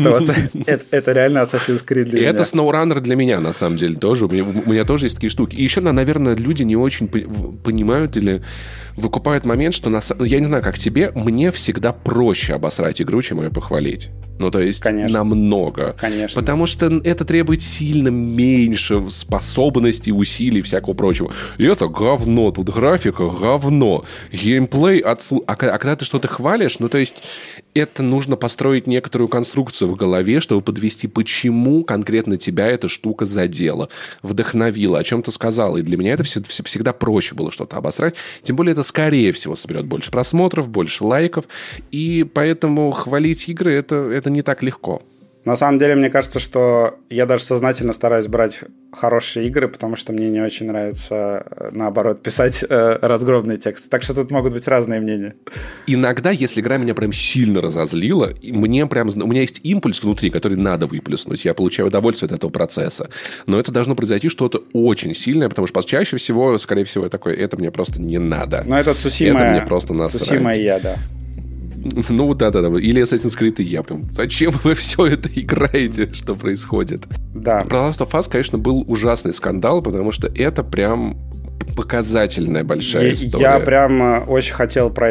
Это реально Assassin's Creed для меня. И это SnowRunner для меня, на самом деле, тоже. У меня тоже есть такие штуки. И еще, наверное, люди не очень понимают или выкупают момент, что, я не знаю, как тебе, мне всегда проще обосрать игру, чем ее похвалить. Ну, то есть, Конечно. намного. Конечно. Потому что это требует сильно меньше способностей, усилий, всякого прочего. И это говно. Тут графика говно. Геймплей отсу... А, а когда ты что-то хвалишь, ну, то есть, это нужно построить некоторую конструкцию в голове, чтобы подвести, почему конкретно тебя эта штука задела, вдохновила, о чем ты сказал. И для меня это всегда проще было что-то обосрать. Тем более, это, скорее всего, соберет больше просмотров, больше лайков. И поэтому хвалить игры это, – это не так легко. На самом деле, мне кажется, что я даже сознательно стараюсь брать хорошие игры, потому что мне не очень нравится, наоборот, писать э, разгромные тексты. Так что тут могут быть разные мнения. Иногда, если игра меня прям сильно разозлила, мне прям, у меня есть импульс внутри, который надо выплеснуть. Я получаю удовольствие от этого процесса. Но это должно произойти что-то очень сильное, потому что чаще всего, скорее всего, я такой, это мне просто не надо. Но это Цусима, это мне просто насрать. Цусима и я, да. Ну, да-да-да. Или Assassin's Creed и я прям. Зачем вы все это играете? Что происходит? Да. Про Last of Us, конечно, был ужасный скандал, потому что это прям показательная большая я, история. Я прям очень хотел про это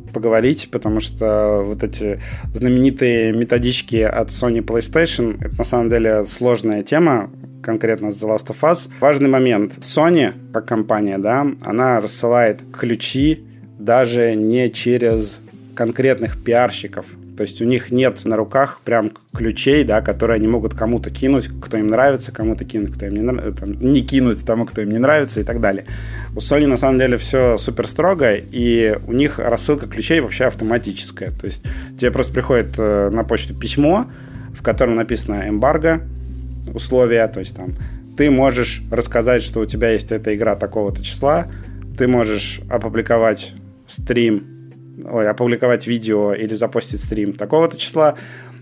поговорить, потому что вот эти знаменитые методички от Sony PlayStation, это на самом деле сложная тема, конкретно с The Last of Us. Важный момент. Sony, как компания, да, она рассылает ключи даже не через конкретных пиарщиков. То есть у них нет на руках прям ключей, да, которые они могут кому-то кинуть, кто им нравится, кому-то кинуть, кто им не нравится, не кинуть тому, кто им не нравится и так далее. У Sony на самом деле все супер строго, и у них рассылка ключей вообще автоматическая. То есть тебе просто приходит на почту письмо, в котором написано эмбарго, условия, то есть там ты можешь рассказать, что у тебя есть эта игра такого-то числа, ты можешь опубликовать стрим, ой, опубликовать видео или запостить стрим такого-то числа,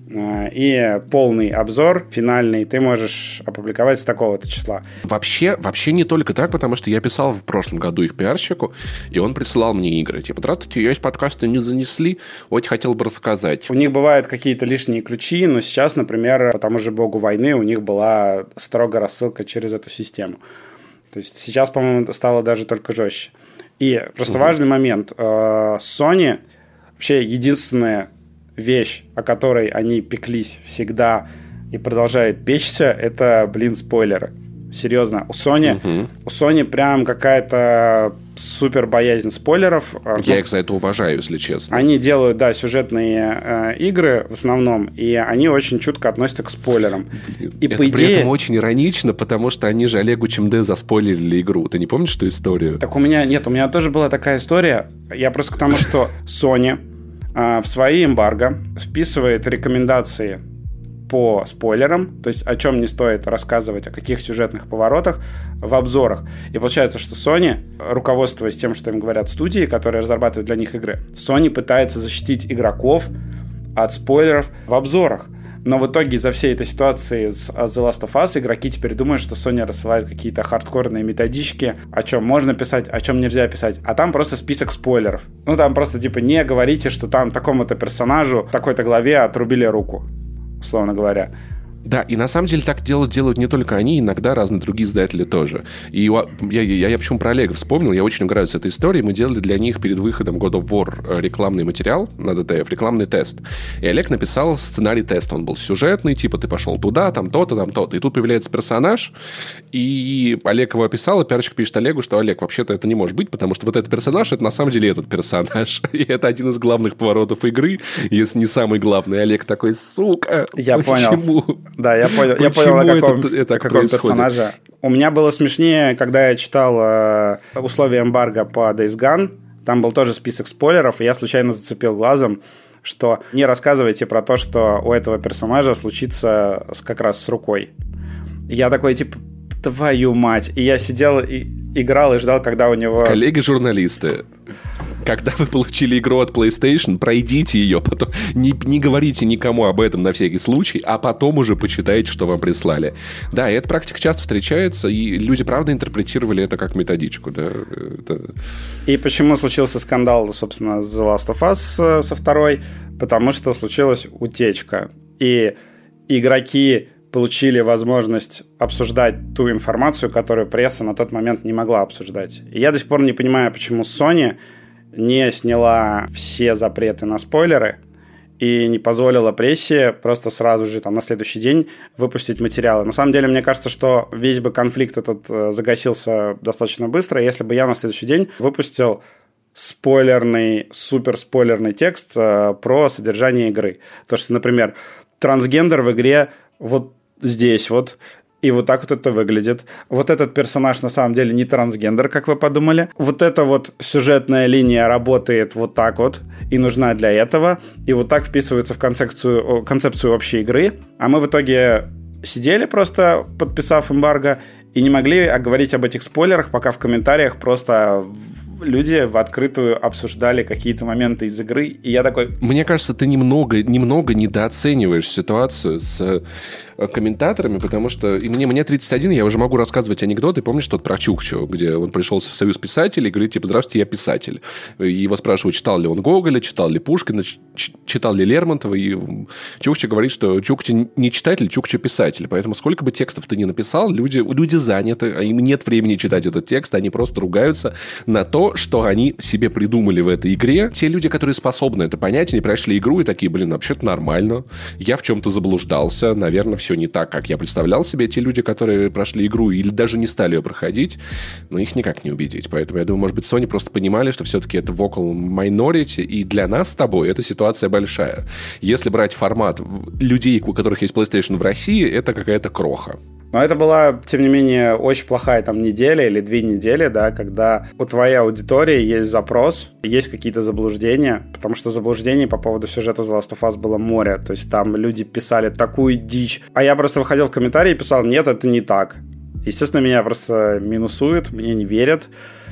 и полный обзор финальный ты можешь опубликовать с такого-то числа. Вообще, вообще не только так, потому что я писал в прошлом году их пиарщику, и он присылал мне игры. Типа, здравствуйте, есть подкасты не занесли, вот хотел бы рассказать. У них бывают какие-то лишние ключи, но сейчас, например, по тому же Богу войны у них была строгая рассылка через эту систему. То есть сейчас, по-моему, стало даже только жестче. И просто угу. важный момент. Sony вообще единственная вещь, о которой они пеклись всегда и продолжают печься, это, блин, спойлеры. Серьезно, у Sony, угу. у Sony прям какая-то супер боязнь спойлеров. Я ну, их за это уважаю, если честно. Они делают, да, сюжетные э, игры в основном, и они очень чутко относятся к спойлерам. Блин, и это по идее... при этом очень иронично, потому что они же Олегу Чемде заспойлерили игру. Ты не помнишь эту историю? Так у меня, нет, у меня тоже была такая история. Я просто к тому, что Sony э, в свои эмбарго вписывает рекомендации по спойлерам, то есть о чем не стоит рассказывать, о каких сюжетных поворотах в обзорах. И получается, что Sony, руководствуясь тем, что им говорят студии, которые разрабатывают для них игры, Sony пытается защитить игроков от спойлеров в обзорах. Но в итоге из-за всей этой ситуации с The Last of Us игроки теперь думают, что Sony рассылает какие-то хардкорные методички, о чем можно писать, о чем нельзя писать. А там просто список спойлеров. Ну, там просто типа не говорите, что там такому-то персонажу в такой-то главе отрубили руку, условно говоря. Да, и на самом деле так делают, делают не только они, иногда разные другие издатели тоже. И я, я, я, я почему про Олега вспомнил, я очень играю с этой историей. Мы делали для них перед выходом God of War рекламный материал на ди ти эф, рекламный тест. И Олег написал сценарий теста. Он был сюжетный, типа ты пошел туда, там то-то, там то-то. И тут появляется персонаж, и Олег его описал, и пиарщик пишет Олегу, что Олег, вообще-то это не может быть, потому что вот этот персонаж, это на самом деле этот персонаж. И это один из главных поворотов игры, если не самый главный. Олег такой, сука, я почему? Понял. Да, я понял, я понял, на каком, это, это каком персонаже. У меня было смешнее, когда я читал э, условия эмбарго по Days Gone. Там был тоже список спойлеров, и я случайно зацепил глазом, что не рассказывайте про то, что у этого персонажа случится с, как раз с рукой. И я такой, типа, твою мать. И я сидел и играл и ждал, когда у него... Коллеги-журналисты, когда вы получили игру от PlayStation, пройдите ее, потом не, не говорите никому об этом на всякий случай, а потом уже почитайте, что вам прислали. Да, и эта практика часто встречается, и люди, правда, интерпретировали это как методичку. Да? Это... И почему случился скандал, собственно, с The Last of Us со второй? Потому что случилась утечка. И игроки получили возможность обсуждать ту информацию, которую пресса на тот момент не могла обсуждать. И я до сих пор не понимаю, почему Sony не сняла все запреты на спойлеры и не позволила прессе просто сразу же там, на следующий день выпустить материалы. На самом деле, мне кажется, что весь бы конфликт этот загасился достаточно быстро, если бы я на следующий день выпустил спойлерный, суперспойлерный текст про содержание игры. То, что, например, трансгендер в игре вот здесь вот, и вот так вот это выглядит. Вот этот персонаж на самом деле не трансгендер, как вы подумали. Вот эта вот сюжетная линия работает вот так вот и нужна для этого. И вот так вписывается в концепцию, концепцию общей игры. А мы в итоге сидели просто, подписав эмбарго, и не могли говорить об этих спойлерах, пока в комментариях просто люди в открытую обсуждали какие-то моменты из игры. И я такой... Мне кажется, ты немного, немного недооцениваешь ситуацию с комментаторами, потому что и мне, мне тридцать один, я уже могу рассказывать анекдоты. Помнишь тот про Чукчу, где он пришел в Союз писателей и говорит, типа, здравствуйте, я писатель. И его спрашивают, читал ли он Гоголя, читал ли Пушкина, читал ли Лермонтова. И Чукча говорит, что Чукча не читатель, Чукча писатель. Поэтому сколько бы текстов ты ни написал, люди, люди заняты, им нет времени читать этот текст, они просто ругаются на то, то, что они себе придумали в этой игре. Те люди, которые способны это понять, они прошли игру и такие, блин, вообще-то нормально. Я в чем-то заблуждался. Наверное, все не так, как я представлял себе. Те люди, которые прошли игру или даже не стали ее проходить, но их никак не убедить. Поэтому я думаю, может быть, Sony просто понимали, что все-таки это vocal minority, и для нас с тобой эта ситуация большая. Если брать формат людей, у которых есть PlayStation в России, это какая-то кроха. Но это была, тем не менее, очень плохая там неделя или две недели, да, когда у твоей аудитории есть запрос, есть какие-то заблуждения, потому что заблуждений по поводу сюжета The Last of Us было море. То есть там люди писали такую дичь. А я просто выходил в комментарии и писал, нет, это не так. Естественно, меня просто минусуют, мне не верят.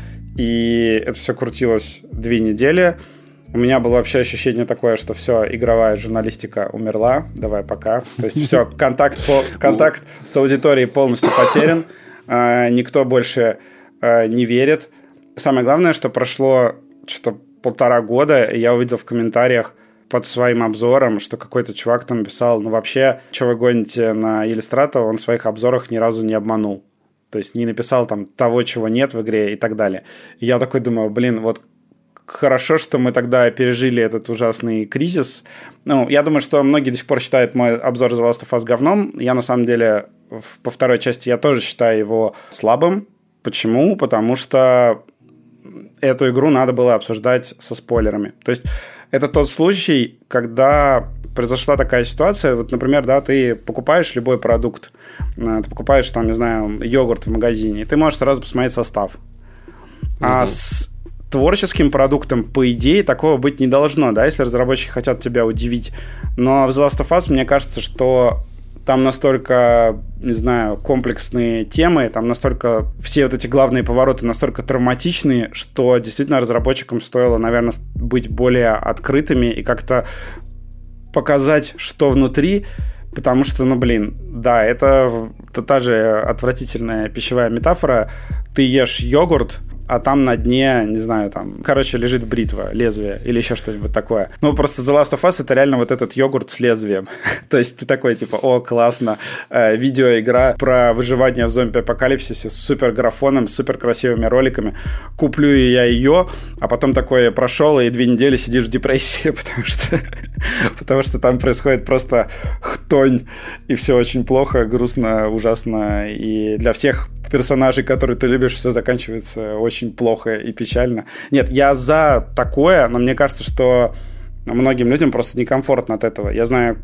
И это все крутилось две недели. У меня было вообще ощущение такое, что все, игровая журналистика умерла, давай пока. То есть все, контакт, по, контакт с аудиторией полностью потерян, э, никто больше э, не верит. Самое главное, что прошло что-то полтора года, и я увидел в комментариях под своим обзором, что какой-то чувак там писал, ну вообще, что вы гоните на Иллюстратора, он в своих обзорах ни разу не обманул. То есть не написал там того, чего нет в игре и так далее. И я такой думаю, блин, вот хорошо, что мы тогда пережили этот ужасный кризис. Ну, я думаю, что многие до сих пор считают мой обзор The Last of Us говном. Я, на самом деле, в, по второй части я тоже считаю его слабым. Почему? Потому что эту игру надо было обсуждать со спойлерами. То есть это тот случай, когда произошла такая ситуация. Вот, например, да, ты покупаешь любой продукт. Ты покупаешь, там, не знаю, йогурт в магазине. И ты можешь сразу посмотреть состав. Mm-hmm. А с творческим продуктом, по идее, такого быть не должно, да, если разработчики хотят тебя удивить. Но в The Last of Us, мне кажется, что там настолько, не знаю, комплексные темы, там настолько все вот эти главные повороты настолько травматичные, что действительно разработчикам стоило, наверное, быть более открытыми и как-то показать, что внутри, потому что, ну, блин, да, это, это та же отвратительная пищевая метафора. Ты ешь йогурт, а там на дне, не знаю, там, короче, лежит бритва, лезвие или еще что-нибудь такое. Ну, просто The Last of Us — это реально вот этот йогурт с лезвием. То есть ты такой, типа, о, классно, э, видеоигра про выживание в зомби-апокалипсисе с супер графоном, с супер красивыми роликами. Куплю я ее, а потом такой прошел, и две недели сидишь в депрессии, потому что, потому что там происходит просто хтонь, и все очень плохо, грустно, ужасно, и для всех персонажей, которые ты любишь, все заканчивается очень плохо и печально. Нет, я за такое, но мне кажется, что многим людям просто некомфортно от этого. Я знаю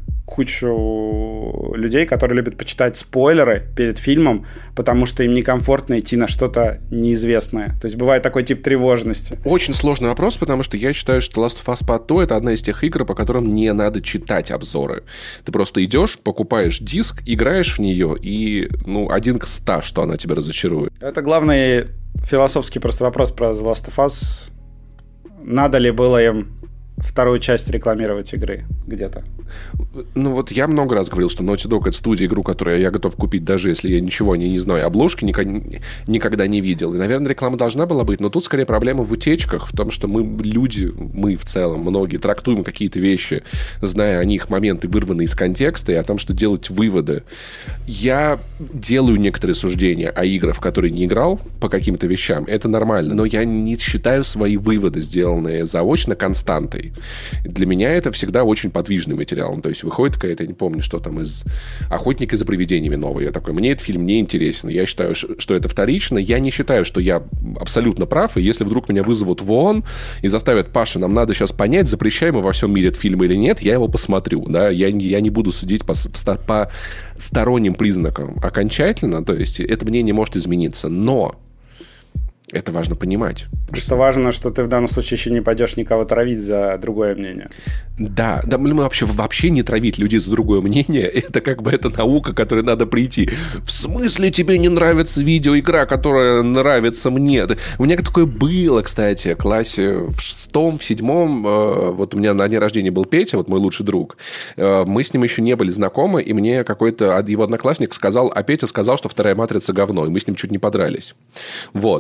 кучу людей, которые любят почитать спойлеры перед фильмом, потому что им некомфортно идти на что-то неизвестное. То есть бывает такой тип тревожности. Очень сложный вопрос, потому что я считаю, что Last of Us Part два — это одна из тех игр, по которым не надо читать обзоры. Ты просто идешь, покупаешь диск, играешь в нее, и ну, один к ста, что она тебя разочарует. Это главный философский просто вопрос про The Last of Us. Надо ли было им вторую часть рекламировать игры где-то? Ну вот я много раз говорил, что Naughty Dog — это студия, игру, которую я готов купить, даже если я ничего о ней не знаю. Обложки никогда, никогда не видел. И, наверное, реклама должна была быть. Но тут скорее проблема в утечках, в том, что мы, люди, мы в целом, многие, трактуем какие-то вещи, зная о них моменты, вырванные из контекста, и о том, что делать выводы. Я делаю некоторые суждения о играх, в которые не играл, по каким-то вещам. Это нормально. Но я не считаю свои выводы, сделанные заочно, константой. Для меня это всегда очень подвижный материал. То есть выходит какая-то, я не помню, что там из «Охотника за привидениями» новый. Я такой, мне этот фильм не интересен. Я считаю, что это вторично. Я не считаю, что я абсолютно прав. И если вдруг меня вызовут в ООН и заставят: Паша, нам надо сейчас понять, запрещаем мы во всем мире этот фильм или нет, я его посмотрю. Да? Я, я не буду судить по, по сторонним признакам окончательно. То есть это мнение может измениться. Но это важно понимать. Что важно, что ты в данном случае еще не пойдешь никого травить за другое мнение. Да, да, мы вообще, вообще не травить людей за другое мнение. Это как бы это наука, к которой надо прийти. В смысле тебе не нравится видеоигра, которая нравится мне? У меня такое было, кстати, в классе в шестом, в седьмом. Вот у меня на дне рождения был Петя, вот мой лучший друг. Мы с ним еще не были знакомы, и мне какой-то его одноклассник сказал, а Петя сказал, что вторая «Матрица» говно, и мы с ним чуть не подрались. Вот, то есть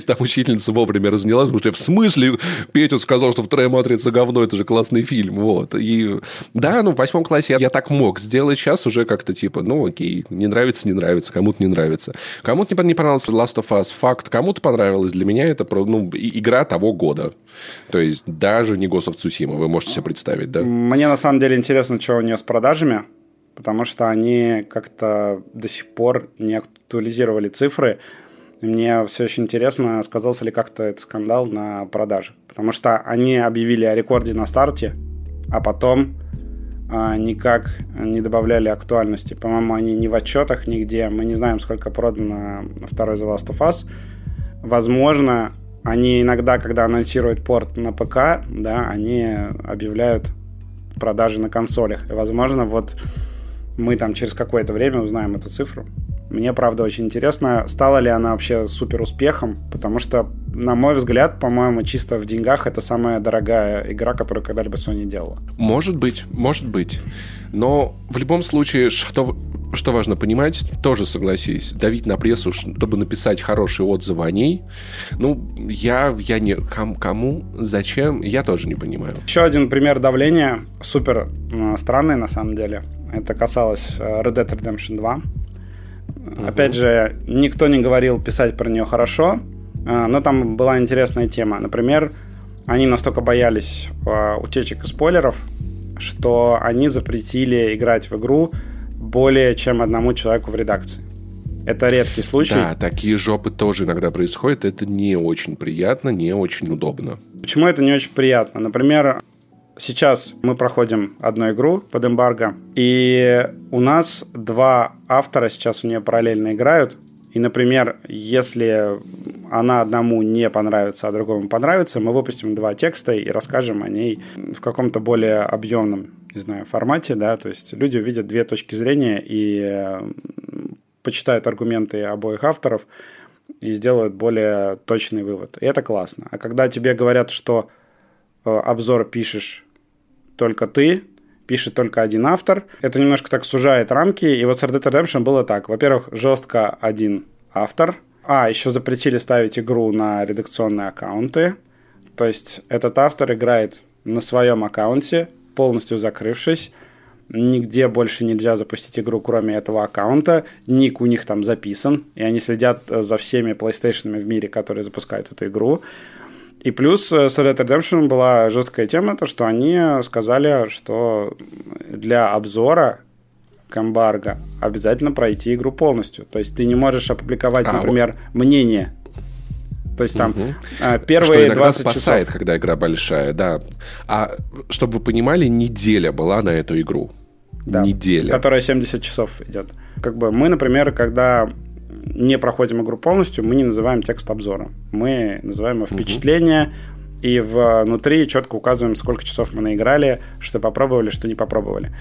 Надеюсь, там учительница вовремя разнялась, потому что в смысле Петя сказал, что «Вторая матрица» говно, это же классный фильм. Вот. И да, ну в восьмом классе я, я так мог сделать, сейчас уже как-то типа, ну окей, не нравится, не нравится, кому-то не нравится. Кому-то не понравился Last of Us, факт, кому-то понравилось. Для меня это ну, игра того года. То есть даже не Ghost of Tsushima, вы можете себе представить, да? Мне на самом деле интересно, что у нее с продажами, потому что они как-то до сих пор не актуализировали цифры. И мне все еще интересно, сказался ли как-то этот скандал на продаже. Потому что они объявили о рекорде на старте, а потом а, никак не добавляли актуальности. По-моему, они ни в отчетах, нигде. Мы не знаем, сколько продано второй The Last of Us. Возможно, они иногда, когда анонсируют порт на ПК, да, они объявляют продажи на консолях. И, возможно, вот мы там через какое-то время узнаем эту цифру. Мне, правда, очень интересно, стала ли она вообще супер успехом, потому что, на мой взгляд, по-моему, чисто в деньгах это самая дорогая игра, которую когда-либо Sony делала. Может быть, может быть. Но в любом случае, что, что важно понимать, тоже согласись, давить на прессу, чтобы написать хорошие отзывы о ней, ну, я, я не... Ком, кому? Зачем? Я тоже не понимаю. Еще один пример давления, супер странный на самом деле. Это касалось Red Dead Redemption два. Uh-huh. Опять же, никто не говорил писать про нее хорошо, но там была интересная тема. Например, они настолько боялись утечек и спойлеров, что они запретили играть в игру более чем одному человеку в редакции. Это редкий случай. Да, такие жопы тоже иногда происходят. Это не очень приятно, не очень удобно. Почему это не очень приятно? Например, сейчас мы проходим одну игру под эмбарго, и у нас два автора сейчас в нее параллельно играют. И, например, если она одному не понравится, а другому понравится, мы выпустим два текста и расскажем о ней в каком-то более объемном, не знаю, формате, да, то есть люди увидят две точки зрения и почитают аргументы обоих авторов и сделают более точный вывод. И это классно. А когда тебе говорят, что обзор пишешь только ты, пишет только один автор, это немножко так сужает рамки. И вот с Red Dead Redemption было так. Во-первых, жестко один автор. А, еще запретили ставить игру на редакционные аккаунты. То есть этот автор играет на своем аккаунте, полностью закрывшись. Нигде больше нельзя запустить игру, кроме этого аккаунта. Ник у них там записан, и они следят за всеми PlayStation'ами в мире, которые запускают эту игру. И плюс с Red Dead Redemption была жесткая тема, то, что они сказали, что для обзора к эмбарго обязательно пройти игру полностью. То есть ты не можешь опубликовать, а, например, вот. мнение. То есть там угу. первые что двадцать спасает, часов. Когда игра большая, да. А чтобы вы понимали, неделя была на эту игру. Да, неделя. Которая семьдесят часов идет. Как бы мы, например, когда не проходим игру полностью, мы не называем текст обзора. Мы называем его впечатление, угу. и внутри четко указываем, сколько часов мы наиграли, что попробовали, что не попробовали.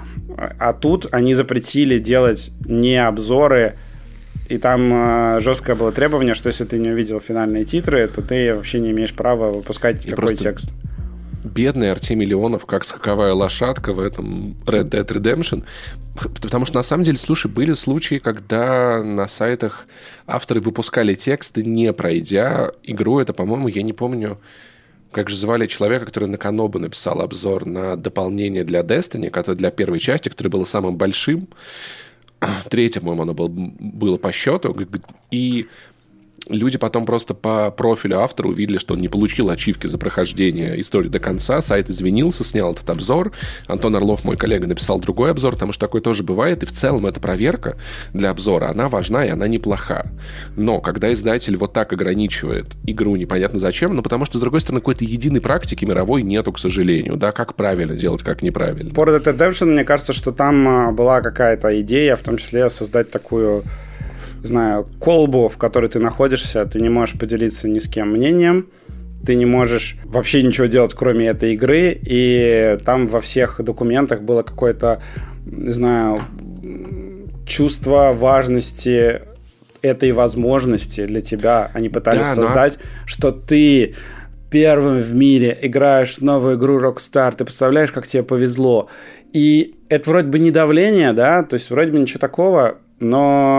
А тут они запретили делать не обзоры, и там э, жесткое было требование, что если ты не увидел финальные титры, то ты вообще не имеешь права выпускать и никакой текст. Бедный Артемий Леонов, как скаковая лошадка в этом Red Dead Redemption. Потому что, на самом деле, слушай, были случаи, когда на сайтах авторы выпускали тексты, не пройдя игру. Это, по-моему, я не помню, как же звали человека, который на Канобу написал обзор на дополнение для Destiny, которое для первой части, которое было самым большим. Третье, по-моему, оно было, было по счету. И люди потом просто по профилю автора увидели, что он не получил ачивки за прохождение истории до конца. Сайт извинился, снял этот обзор. Антон Орлов, мой коллега, написал другой обзор, потому что такое тоже бывает. И в целом эта проверка для обзора, она важна и она неплоха. Но когда издатель вот так ограничивает игру непонятно зачем, ну потому что, с другой стороны, какой-то единой практики мировой нету, к сожалению. Да, как правильно делать, как неправильно. По Red Dead Redemption, мне кажется, что там была какая-то идея, в том числе создать такую... знаю, колбу, в которой ты находишься, ты не можешь поделиться ни с кем мнением, ты не можешь вообще ничего делать, кроме этой игры, и там во всех документах было какое-то, не знаю, чувство важности этой возможности для тебя. Они пытались да, создать, но... что ты первым в мире играешь в новую игру Rockstar, ты представляешь, как тебе повезло. И это вроде бы не давление, да, то есть вроде бы ничего такого, но...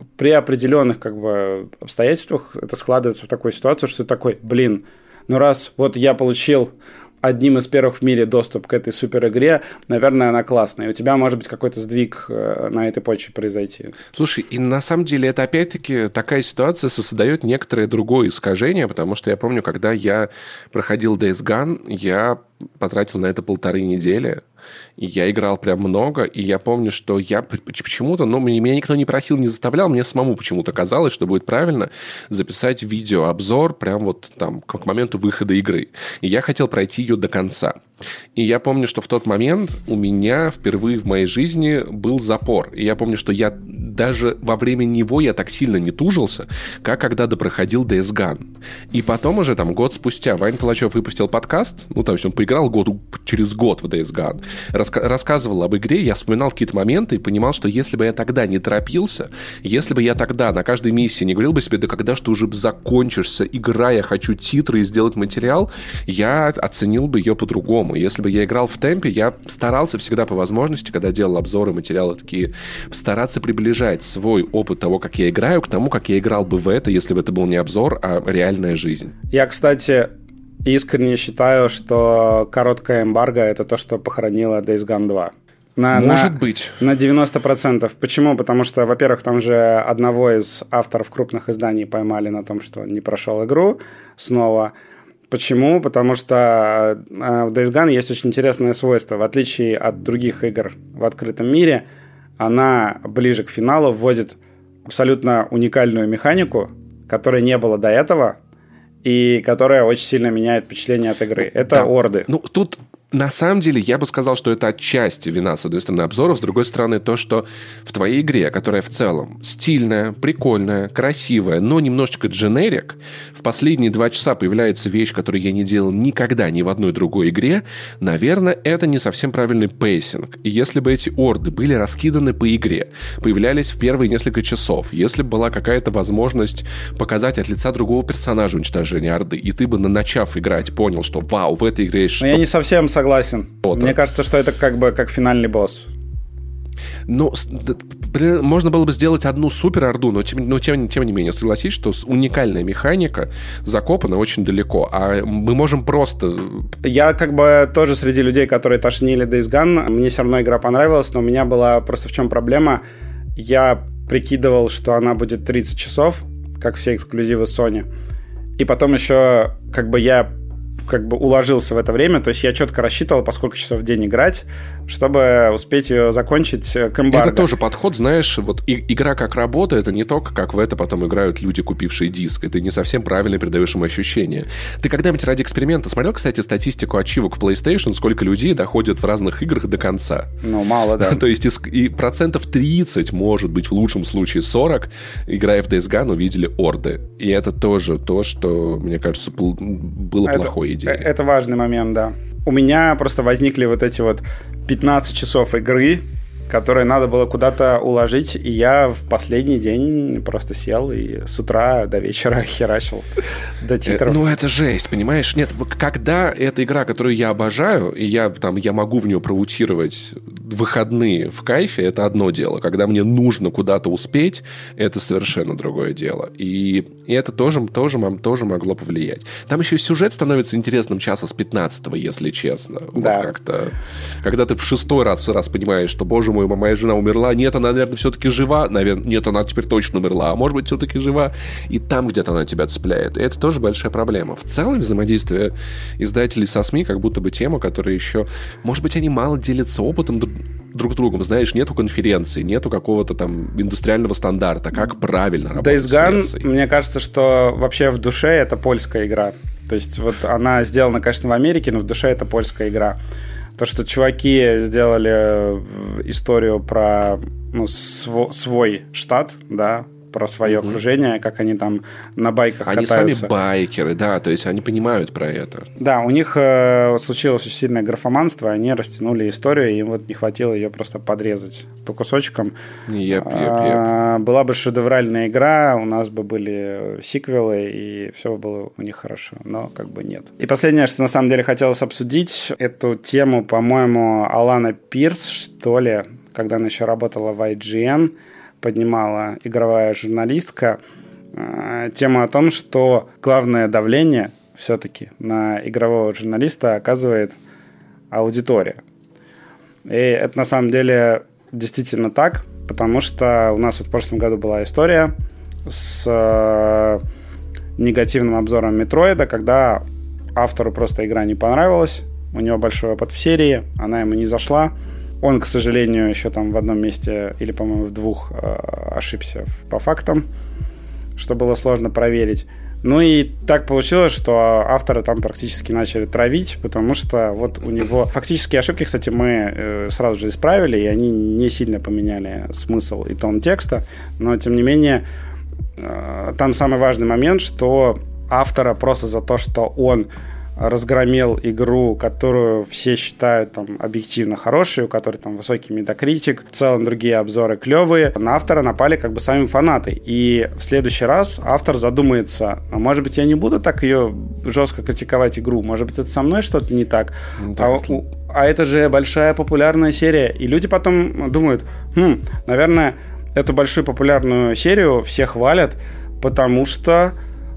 при определенных как бы обстоятельствах это складывается в такую ситуацию, что ты такой, блин, ну раз вот я получил одним из первых в мире доступ к этой супер игре, наверное, она классная. И у тебя может быть какой-то сдвиг на этой почве произойти. Слушай, и на самом деле это опять-таки такая ситуация создает некоторое другое искажение, потому что я помню, когда я проходил Days Gone, я потратил на это полторы недели. И я играл прям много, и я помню, что я почему-то, ну, меня никто не просил, не заставлял, мне самому почему-то казалось, что будет правильно записать видеообзор прям вот там к моменту выхода игры. И я хотел пройти ее до конца. И я помню, что в тот момент у меня впервые в моей жизни был запор. И я помню, что я даже во время него я так сильно не тужился, как когда допроходил Days Gone. И потом уже там год спустя Ваня Толачев выпустил подкаст, ну, то есть он поиграл год, через год в Days Gone, раска- рассказывал об игре, я вспоминал какие-то моменты и понимал, что если бы я тогда не торопился, если бы я тогда на каждой миссии не говорил бы себе, да когда же ты уже закончишься, игра, я хочу титры и сделать материал, я оценил бы ее по-другому. Если бы я играл в темпе, я старался всегда по возможности, когда делал обзоры, материалы такие, стараться приближать свой опыт того, как я играю, к тому, как я играл бы в это, если бы это был не обзор, а реальная жизнь. Я, кстати, искренне считаю, что короткая эмбарго — это то, что похоронило Days Gone два. На, Может на, быть. На девяносто процентов. Почему? Потому что, во-первых, там же одного из авторов крупных изданий поймали на том, что он не прошел игру снова. Почему? Потому что в Days Gone есть очень интересное свойство. В отличие от других игр в открытом мире, она ближе к финалу вводит абсолютно уникальную механику, которой не было до этого, и которая очень сильно меняет впечатление от игры. Это да. орды. Ну, тут... На самом деле, я бы сказал, что это отчасти вина, с одной стороны, обзоров, с другой стороны, то, что в твоей игре, которая в целом стильная, прикольная, красивая, но немножечко дженерик, в последние два часа появляется вещь, которую я не делал никогда ни в одной другой игре, наверное, это не совсем правильный пейсинг. И если бы эти орды были раскиданы по игре, появлялись в первые несколько часов, если бы была какая-то возможность показать от лица другого персонажа уничтожение орды, и ты бы, начав играть, понял, что вау, в этой игре есть что-то... Я не совсем согласен. Согласен. Вот Мне кажется, что это как бы как финальный босс. Ну, блин, можно было бы сделать одну супер-орду, но, тем, но тем, тем не менее, согласись, что уникальная механика закопана очень далеко, а мы можем просто... Я как бы тоже среди людей, которые тошнили Days Gone, мне все равно игра понравилась, но у меня была просто в чем проблема. Я прикидывал, что она будет тридцать часов, как все эксклюзивы Sony, и потом еще как бы я... как бы уложился в это время, то есть я четко рассчитывал, по сколько часов в день играть, чтобы успеть ее закончить к эмбарго. Это тоже подход, знаешь, вот и, игра как работа, это не только как в это потом играют люди, купившие диск, и ты не совсем правильно передаешь им ощущения. Ты когда-нибудь ради эксперимента смотрел, кстати, статистику ачивок в PlayStation, сколько людей доходят в разных играх до конца? Ну, мало, да. То есть и процентов тридцать, может быть, в лучшем случае сорок, играя в Days Gone, увидели орды. И это тоже то, что, мне кажется, было это, плохой идеей. Это важный момент, да. У меня просто возникли вот эти вот пятнадцать часов игры, которые надо было куда-то уложить, и я в последний день просто сел и с утра до вечера херачил до титров. Ну, это жесть, понимаешь? Нет, когда эта игра, которую я обожаю, и я, там, я могу в нее проутировать выходные в кайфе, это одно дело. Когда мне нужно куда-то успеть, это совершенно другое дело. И, и это тоже, тоже, тоже могло повлиять. Там еще и сюжет становится интересным часа с пятнадцатого, если честно. Да. Вот как-то. Когда ты в шестой раз, раз понимаешь, что, боже мой, моя жена умерла, нет, она, наверное, все-таки жива, наверное, нет, она теперь точно умерла, а может быть, все-таки жива, и там где-то она тебя цепляет. И это тоже большая проблема. В целом, взаимодействие издателей со СМИ как будто бы тема, которая еще... Может быть, они мало делятся опытом друг с другом. Знаешь, нету конференции, нету какого-то там индустриального стандарта, как правильно работать Days с Gone, прессой. мне кажется, что вообще в душе это польская игра. То есть вот она сделана, конечно, в Америке, но в душе это польская игра. То, что чуваки сделали историю про ну, св- свой штат, да, про свое mm-hmm. окружение, как они там на байках они катаются. Они сами байкеры, да, то есть они понимают про это. Да, у них э, случилось очень сильное графоманство, они растянули историю, и им вот не хватило ее просто подрезать по кусочкам. Yep, yep, yep. Yep. Была бы шедевральная игра, у нас бы были сиквелы, и все было у них хорошо, но как бы нет. И последнее, что на самом деле хотелось обсудить, эту тему, по-моему, Алана Пирс, что ли, когда она еще работала в ай джи эн, поднимала игровая журналистка. Тема о том, что главное давление все-таки на игрового журналиста оказывает аудитория. И это на самом деле действительно так, потому что у нас вот в прошлом году была история с э, негативным обзором Метроида, когда автору просто игра не понравилась, у него большой опыт в серии, она ему не зашла. Он, к сожалению, еще там в одном месте, или, по-моему, в двух э, ошибся по фактам, что было сложно проверить. Ну и так получилось, что авторы там практически начали травить, потому что вот у него... Фактические ошибки, кстати, мы э, сразу же исправили, и они не сильно поменяли смысл и тон текста, но, тем не менее, э, там самый важный момент, что автора просто за то, что он разгромил игру, которую все считают там объективно хорошей, у которой там высокий метакритик, в целом другие обзоры клевые, на автора напали как бы сами фанаты. И в следующий раз автор задумается, а может быть, я не буду так ее жестко критиковать игру, может быть, это со мной что-то не так. Ну, а, у, а это же большая популярная серия. И люди потом думают, хм, наверное, эту большую популярную серию все хвалят, потому что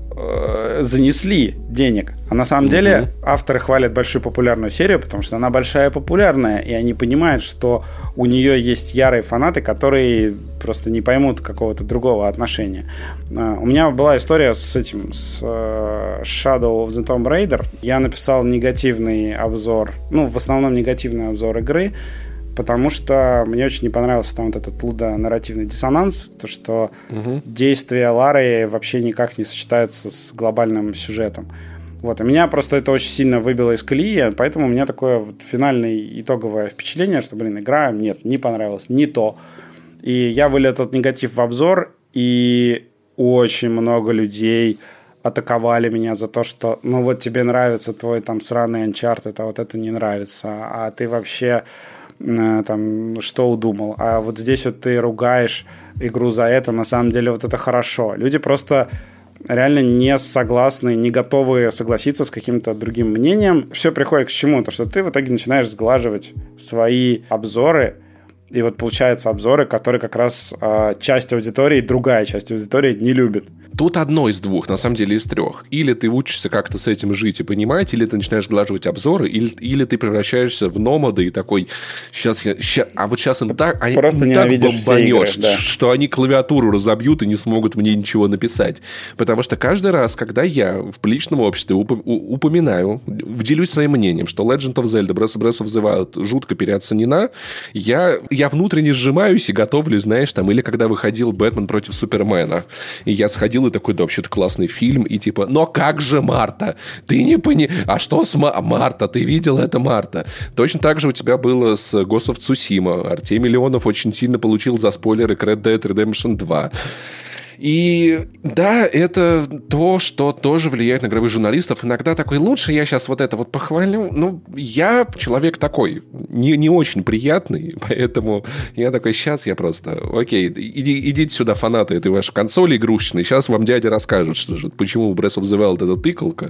занесли денег. А на самом mm-hmm. деле авторы хвалят большую популярную серию, потому что она большая и популярная, и они понимают, что у нее есть ярые фанаты, которые просто не поймут какого-то другого отношения. У меня была история с этим, с Shadow of the Tomb Raider. Я написал негативный обзор, ну, в основном негативный обзор игры, потому что мне очень не понравился там вот этот лудо-нарративный диссонанс, то, что угу. действия Лары вообще никак не сочетаются с глобальным сюжетом. Вот. И меня просто это очень сильно выбило из колеи, поэтому у меня такое вот финальное итоговое впечатление, что, блин, игра, нет, не понравилась, не то. И я вылил этот негатив в обзор, и очень много людей атаковали меня за то, что, ну вот тебе нравится твой там сраный Uncharted, а вот это не нравится, а ты вообще... там, что удумал, а вот здесь вот ты ругаешь игру за это, на самом деле вот это хорошо. Люди просто реально не согласны, не готовы согласиться с каким-то другим мнением. Все приходит к чему? То, что ты в итоге начинаешь сглаживать свои обзоры, и вот получаются обзоры, которые как раз э, часть аудитории, другая часть аудитории не любит. Тут одно из двух, на самом деле из трех. Или ты учишься как-то с этим жить и понимать, или ты начинаешь глаживать обзоры, или, или ты превращаешься в номада и такой, сейчас я... Щас, а вот сейчас им так, они просто так бомбанешь, да. что они клавиатуру разобьют и не смогут мне ничего написать. Потому что каждый раз, когда я в личном обществе уп- упоминаю, делюсь своим мнением, что Legend of Zelda Breath of the Wild жутко переоценена, я, я внутренне сжимаюсь и готовлюсь, знаешь, там, или когда выходил Бэтмен против Супермена, и я сходил и такой, да, вообще-то классный фильм, и типа, но как же Марта? Ты не пони... А что с Ма... Марта? Ты видел это, Марта? Точно так же у тебя было с Ghost of Tsushima. Артемий Леонов очень сильно получил за спойлеры к Red Dead Redemption два. И да, это то, что тоже влияет на игровых журналистов. Иногда такой, лучше я сейчас вот это вот похвалю. Ну, я человек такой, не, не очень приятный, поэтому я такой, сейчас я просто, окей, иди, идите сюда, фанаты этой вашей консоли игрушечной, сейчас вам дядя расскажет, что же, почему Breath of the Wild это тыкалка,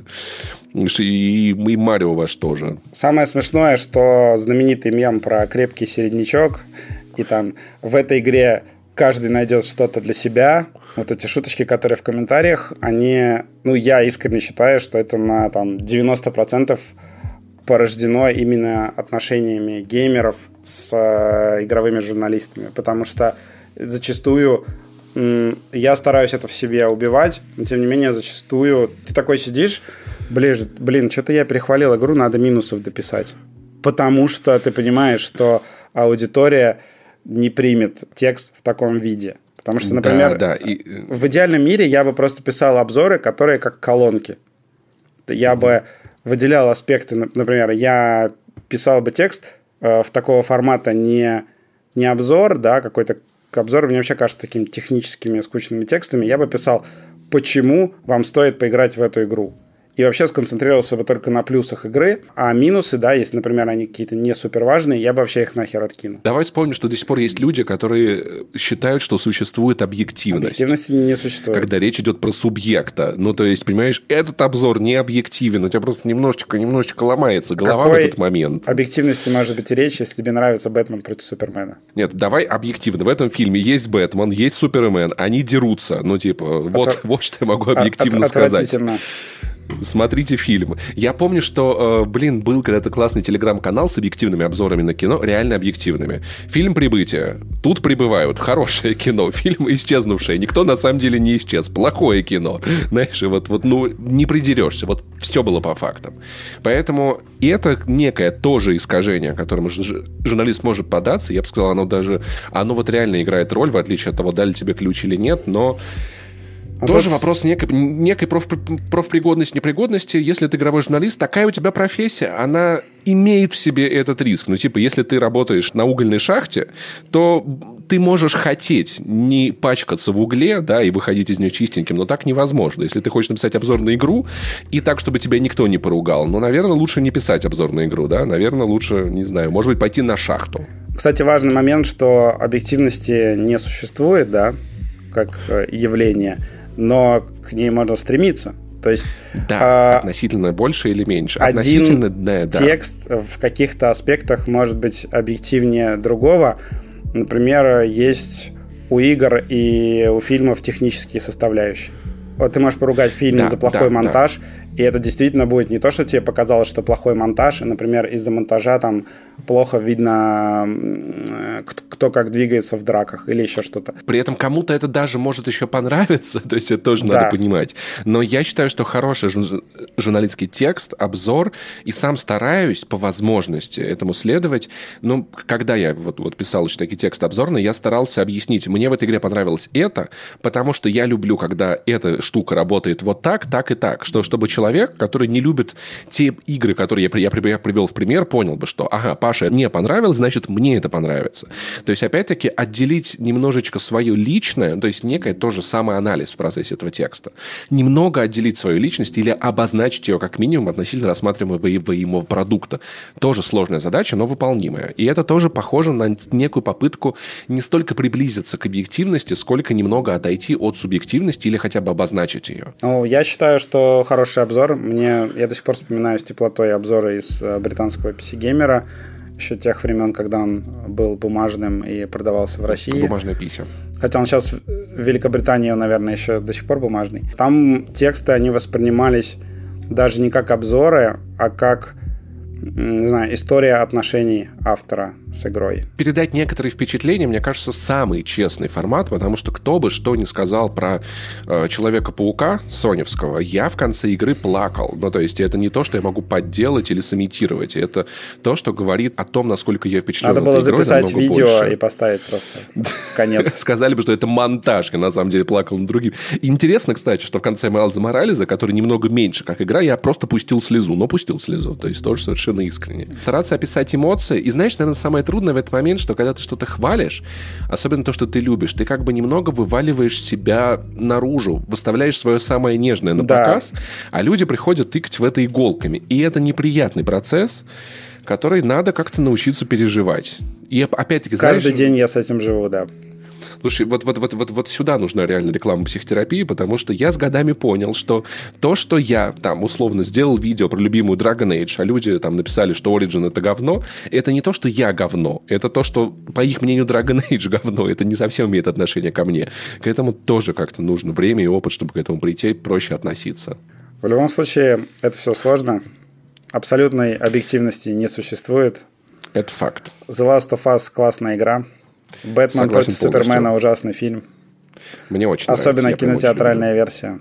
и, и Марио ваш тоже. Самое смешное, что знаменитый мем про крепкий середнячок, и там в этой игре каждый найдет что-то для себя. Вот эти шуточки, которые в комментариях, они, ну, я искренне считаю, что это на там девяносто процентов порождено именно отношениями геймеров с э, игровыми журналистами. Потому что зачастую м, я стараюсь это в себе убивать, но тем не менее зачастую ты такой сидишь, блин, блин, что-то я перехвалил игру, надо минусов дописать. Потому что ты понимаешь, что аудитория не примет текст в таком виде. Потому что, например, да, да. И... в идеальном мире я бы просто писал обзоры, которые как колонки. Я mm-hmm. бы выделял аспекты, например, я писал бы текст э, в такого формата не, не обзор, да, какой-то обзор, мне вообще кажется такими техническими скучными текстами. Я бы писал, почему вам стоит поиграть в эту игру. и вообще сконцентрировался бы только на плюсах игры, а минусы, да, если, например, они какие-то не супер важные, я бы вообще их нахер откинул. Давай вспомним, что до сих пор есть люди, которые считают, что существует объективность. Объективности не существует. Когда речь идет про субъекта. Ну, то есть, понимаешь, этот обзор не объективен, у тебя просто немножечко, немножечко ломается голова Какой в этот момент. Объективности может быть речь, если тебе нравится Бэтмен против Супермена? Нет, давай объективно. В этом фильме есть Бэтмен, есть Супермен, они дерутся. Ну, типа, вот, Отвр... вот что я могу объективно от, сказать. Смотрите фильм. Я помню, что, э, блин, был когда-то классный телеграм-канал с объективными обзорами на кино, реально объективными. Фильм «Прибытие». Тут прибывают. Хорошее кино. Фильм «Исчезнувшее». Никто на самом деле не исчез. Плохое кино. Знаешь, вот, вот ну, не придерешься. Вот все было по фактам. Поэтому это некое тоже искажение, которому журналист может податься. Я бы сказал, оно даже... Оно вот реально играет роль, в отличие от того, дали тебе ключ или нет, но... А Тоже тот... вопрос некой, некой проф, профпригодности, непригодности. Если ты игровой журналист, такая у тебя профессия, она имеет в себе этот риск. Ну, типа, если ты работаешь на угольной шахте, то ты можешь хотеть не пачкаться в угле, да, и выходить из нее чистеньким, но так невозможно. Если ты хочешь написать обзор на игру, и так, чтобы тебя никто не поругал, ну, наверное, лучше не писать обзор на игру, да, наверное, лучше, не знаю, может быть, пойти на шахту. Кстати, важный момент, что объективности не существует, да, как явление, но к ней можно стремиться. То есть, да, э, относительно больше или меньше. Один относительно, да, текст да. в каких-то аспектах может быть объективнее другого. Например, есть у игр и у фильмов технические составляющие. Вот ты можешь поругать фильм да, за плохой да, монтаж, да. И это действительно будет не то, что тебе показалось, что плохой монтаж, и, например, из-за монтажа там плохо видно, кто как двигается в драках или еще что-то. При этом кому-то это даже может еще понравиться, то есть это тоже да. надо понимать. Но я считаю, что хороший журналистский текст, обзор, и сам стараюсь по возможности этому следовать. Но когда я вот, вот писал еще такие тексты обзорные, я старался объяснить, мне в этой игре понравилось это, потому что я люблю, когда эта штука работает вот так, так и так, что, чтобы человек Человек, который не любит те игры, которые я, я, я привел в пример, понял бы, что, ага, Паше не понравилось, значит, мне это понравится. То есть, опять-таки, отделить немножечко свое личное, то есть, некое тоже самоанализ в процессе этого текста. Немного отделить свою личность или обозначить ее как минимум относительно рассматриваемого продукта. Тоже сложная задача, но выполнимая. И это тоже похоже на некую попытку не столько приблизиться к объективности, сколько немного отойти от субъективности или хотя бы обозначить ее. Ну, я считаю, что хороший обзор. Мне, я до сих пор вспоминаю с теплотой обзоры из британского пи си Геймера, еще тех времен, когда он был бумажным и продавался в России. Бумажная пися. Хотя он сейчас в Великобритании, наверное, еще до сих пор бумажный. Там тексты, они воспринимались даже не как обзоры, а как, не знаю, история отношений автора с игрой. Передать некоторые впечатления, мне кажется, самый честный формат, потому что кто бы что ни сказал про э, Человека-паука соневского, я в конце игры плакал. Ну, то есть это не то, что я могу подделать или сымитировать. Это то, что говорит о том, насколько я впечатлен этой игрой. Надо было записать видео больше. И поставить просто в конец. Сказали бы, что это монтаж. Я на самом деле плакал над другим. Интересно, кстати, что в конце Майлза Моралеса, который немного меньше, как игра, я просто пустил слезу. Но пустил слезу. То есть тоже совершенно искренне. Стараться описать эмоции. И знаешь, наверное, самое трудное в этот момент, что когда ты что-то хвалишь, особенно то, что ты любишь, ты как бы немного вываливаешь себя наружу, выставляешь свое самое нежное на да. показ, а люди приходят тыкать в это иголками. И это неприятный процесс, который надо как-то научиться переживать. И опять-таки, Каждый знаешь, день я с этим живу, да. Слушай, вот, вот, вот, вот, вот сюда нужна реально реклама психотерапии, потому что я с годами понял, что то, что я там условно сделал видео про любимую Dragon Age, а люди там написали, что Origin это говно, это не то, что я говно, это то, что, по их мнению, Dragon Age говно, это не совсем имеет отношение ко мне. К этому тоже как-то нужно время и опыт, чтобы к этому прийти, проще относиться. В любом случае, это все сложно. Абсолютной объективности не существует. Это факт. The Last of Us классная игра. Бэтмен против Супермена ужасный фильм. Мне очень Особенно нравится. Особенно кинотеатральная версия.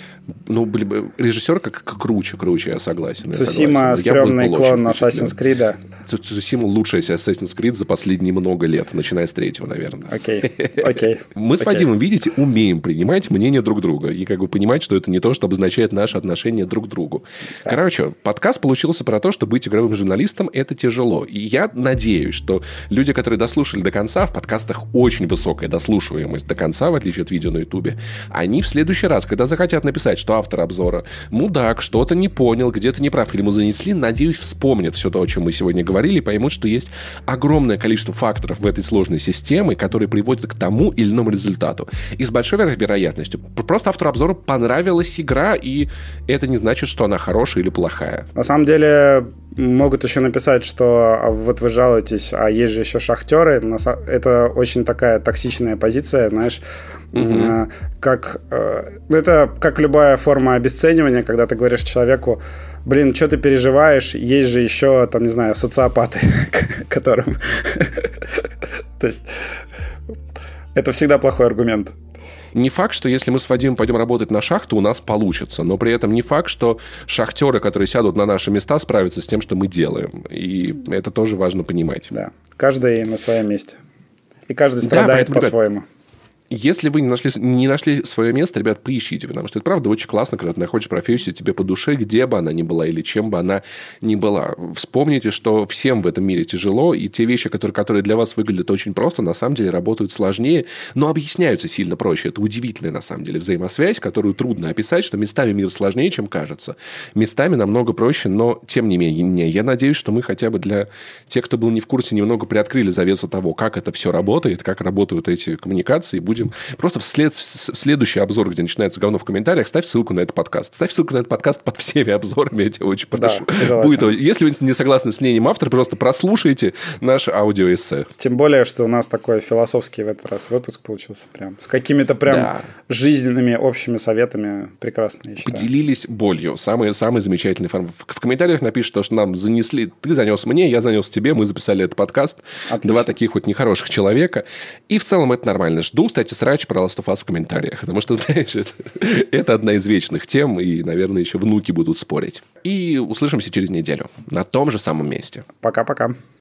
Ну, блин, режиссер как круче, круче, я согласен. Цусима стрёмный клон Assassin's Creed. Цусима лучшая Assassin's Creed за последние много лет, начиная с третьего, наверное. Окей, окей. Мы с Вадимом, видите, умеем принимать мнение друг друга и как бы понимать, что это не то, что обозначает наше отношение друг к другу. Короче, подкаст получился про то, что быть игровым журналистом – это тяжело. И я надеюсь, что люди, которые дослушали до конца, в подкастах очень высокая дослушиваемость до конца, в отличие от видео на Ютубе, они в следующий раз, когда захотят написать, что автор обзора мудак, что-то не понял, где-то не прав, или ему занесли, надеюсь, вспомнят все то, о чем мы сегодня говорили, и поймут, что есть огромное количество факторов в этой сложной системе, которые приводят к тому или иному результату. И с большой вероятностью просто автору обзора понравилась игра, и это не значит, что она хорошая или плохая. На самом деле могут еще написать, что вот вы жалуетесь, а есть же еще шахтеры. Это очень такая токсичная позиция, знаешь, угу. как, это как любая форма обесценивания, когда ты говоришь человеку: блин, что ты переживаешь, есть же еще, там, не знаю, социопаты, которым... То есть это всегда плохой аргумент. Не факт, что если мы с Вадимом пойдем работать на шахту, у нас получится. Но при этом не факт, что шахтеры, которые сядут на наши места, справятся с тем, что мы делаем. И это тоже важно понимать. Да. Каждый на своем месте. И каждый страдает да, по-своему. Ребят, если вы не нашли, не нашли свое место, ребят, поищите. Потому что это, правда, очень классно, когда ты находишь профессию тебе по душе, где бы она ни была или чем бы она ни была. Вспомните, что всем в этом мире тяжело, и те вещи, которые, которые для вас выглядят очень просто, на самом деле работают сложнее, но объясняются сильно проще. Это удивительная, на самом деле, взаимосвязь, которую трудно описать, что местами мир сложнее, чем кажется. Местами намного проще, но тем не менее. Я надеюсь, что мы хотя бы для тех, кто был не в курсе, немного приоткрыли завесу того, как это все работает, как работают эти коммуникации, и будем просто в, след... в следующий обзор, где начинается говно в комментариях, ставь ссылку на этот подкаст. Ставь ссылку на этот подкаст под всеми обзорами, я тебя очень прошу. Да, будет... Если вы не согласны с мнением автора, просто прослушайте наше аудиоэссе. Тем более, что у нас такой философский в этот раз выпуск получился. Прям с какими-то прям да. жизненными общими советами. Прекрасно, я считаю. Поделились болью. Самый, самый замечательный формат. В комментариях напишут, что нам занесли... Ты занес мне, я занес тебе, мы записали этот подкаст. Отлично. Два таких вот нехороших человека. И в целом это нормально. Жду, кстати, срач про Last of Us в комментариях. Потому что, знаешь, это, это одна из вечных тем, и, наверное, еще внуки будут спорить. И услышимся через неделю на том же самом месте. Пока-пока.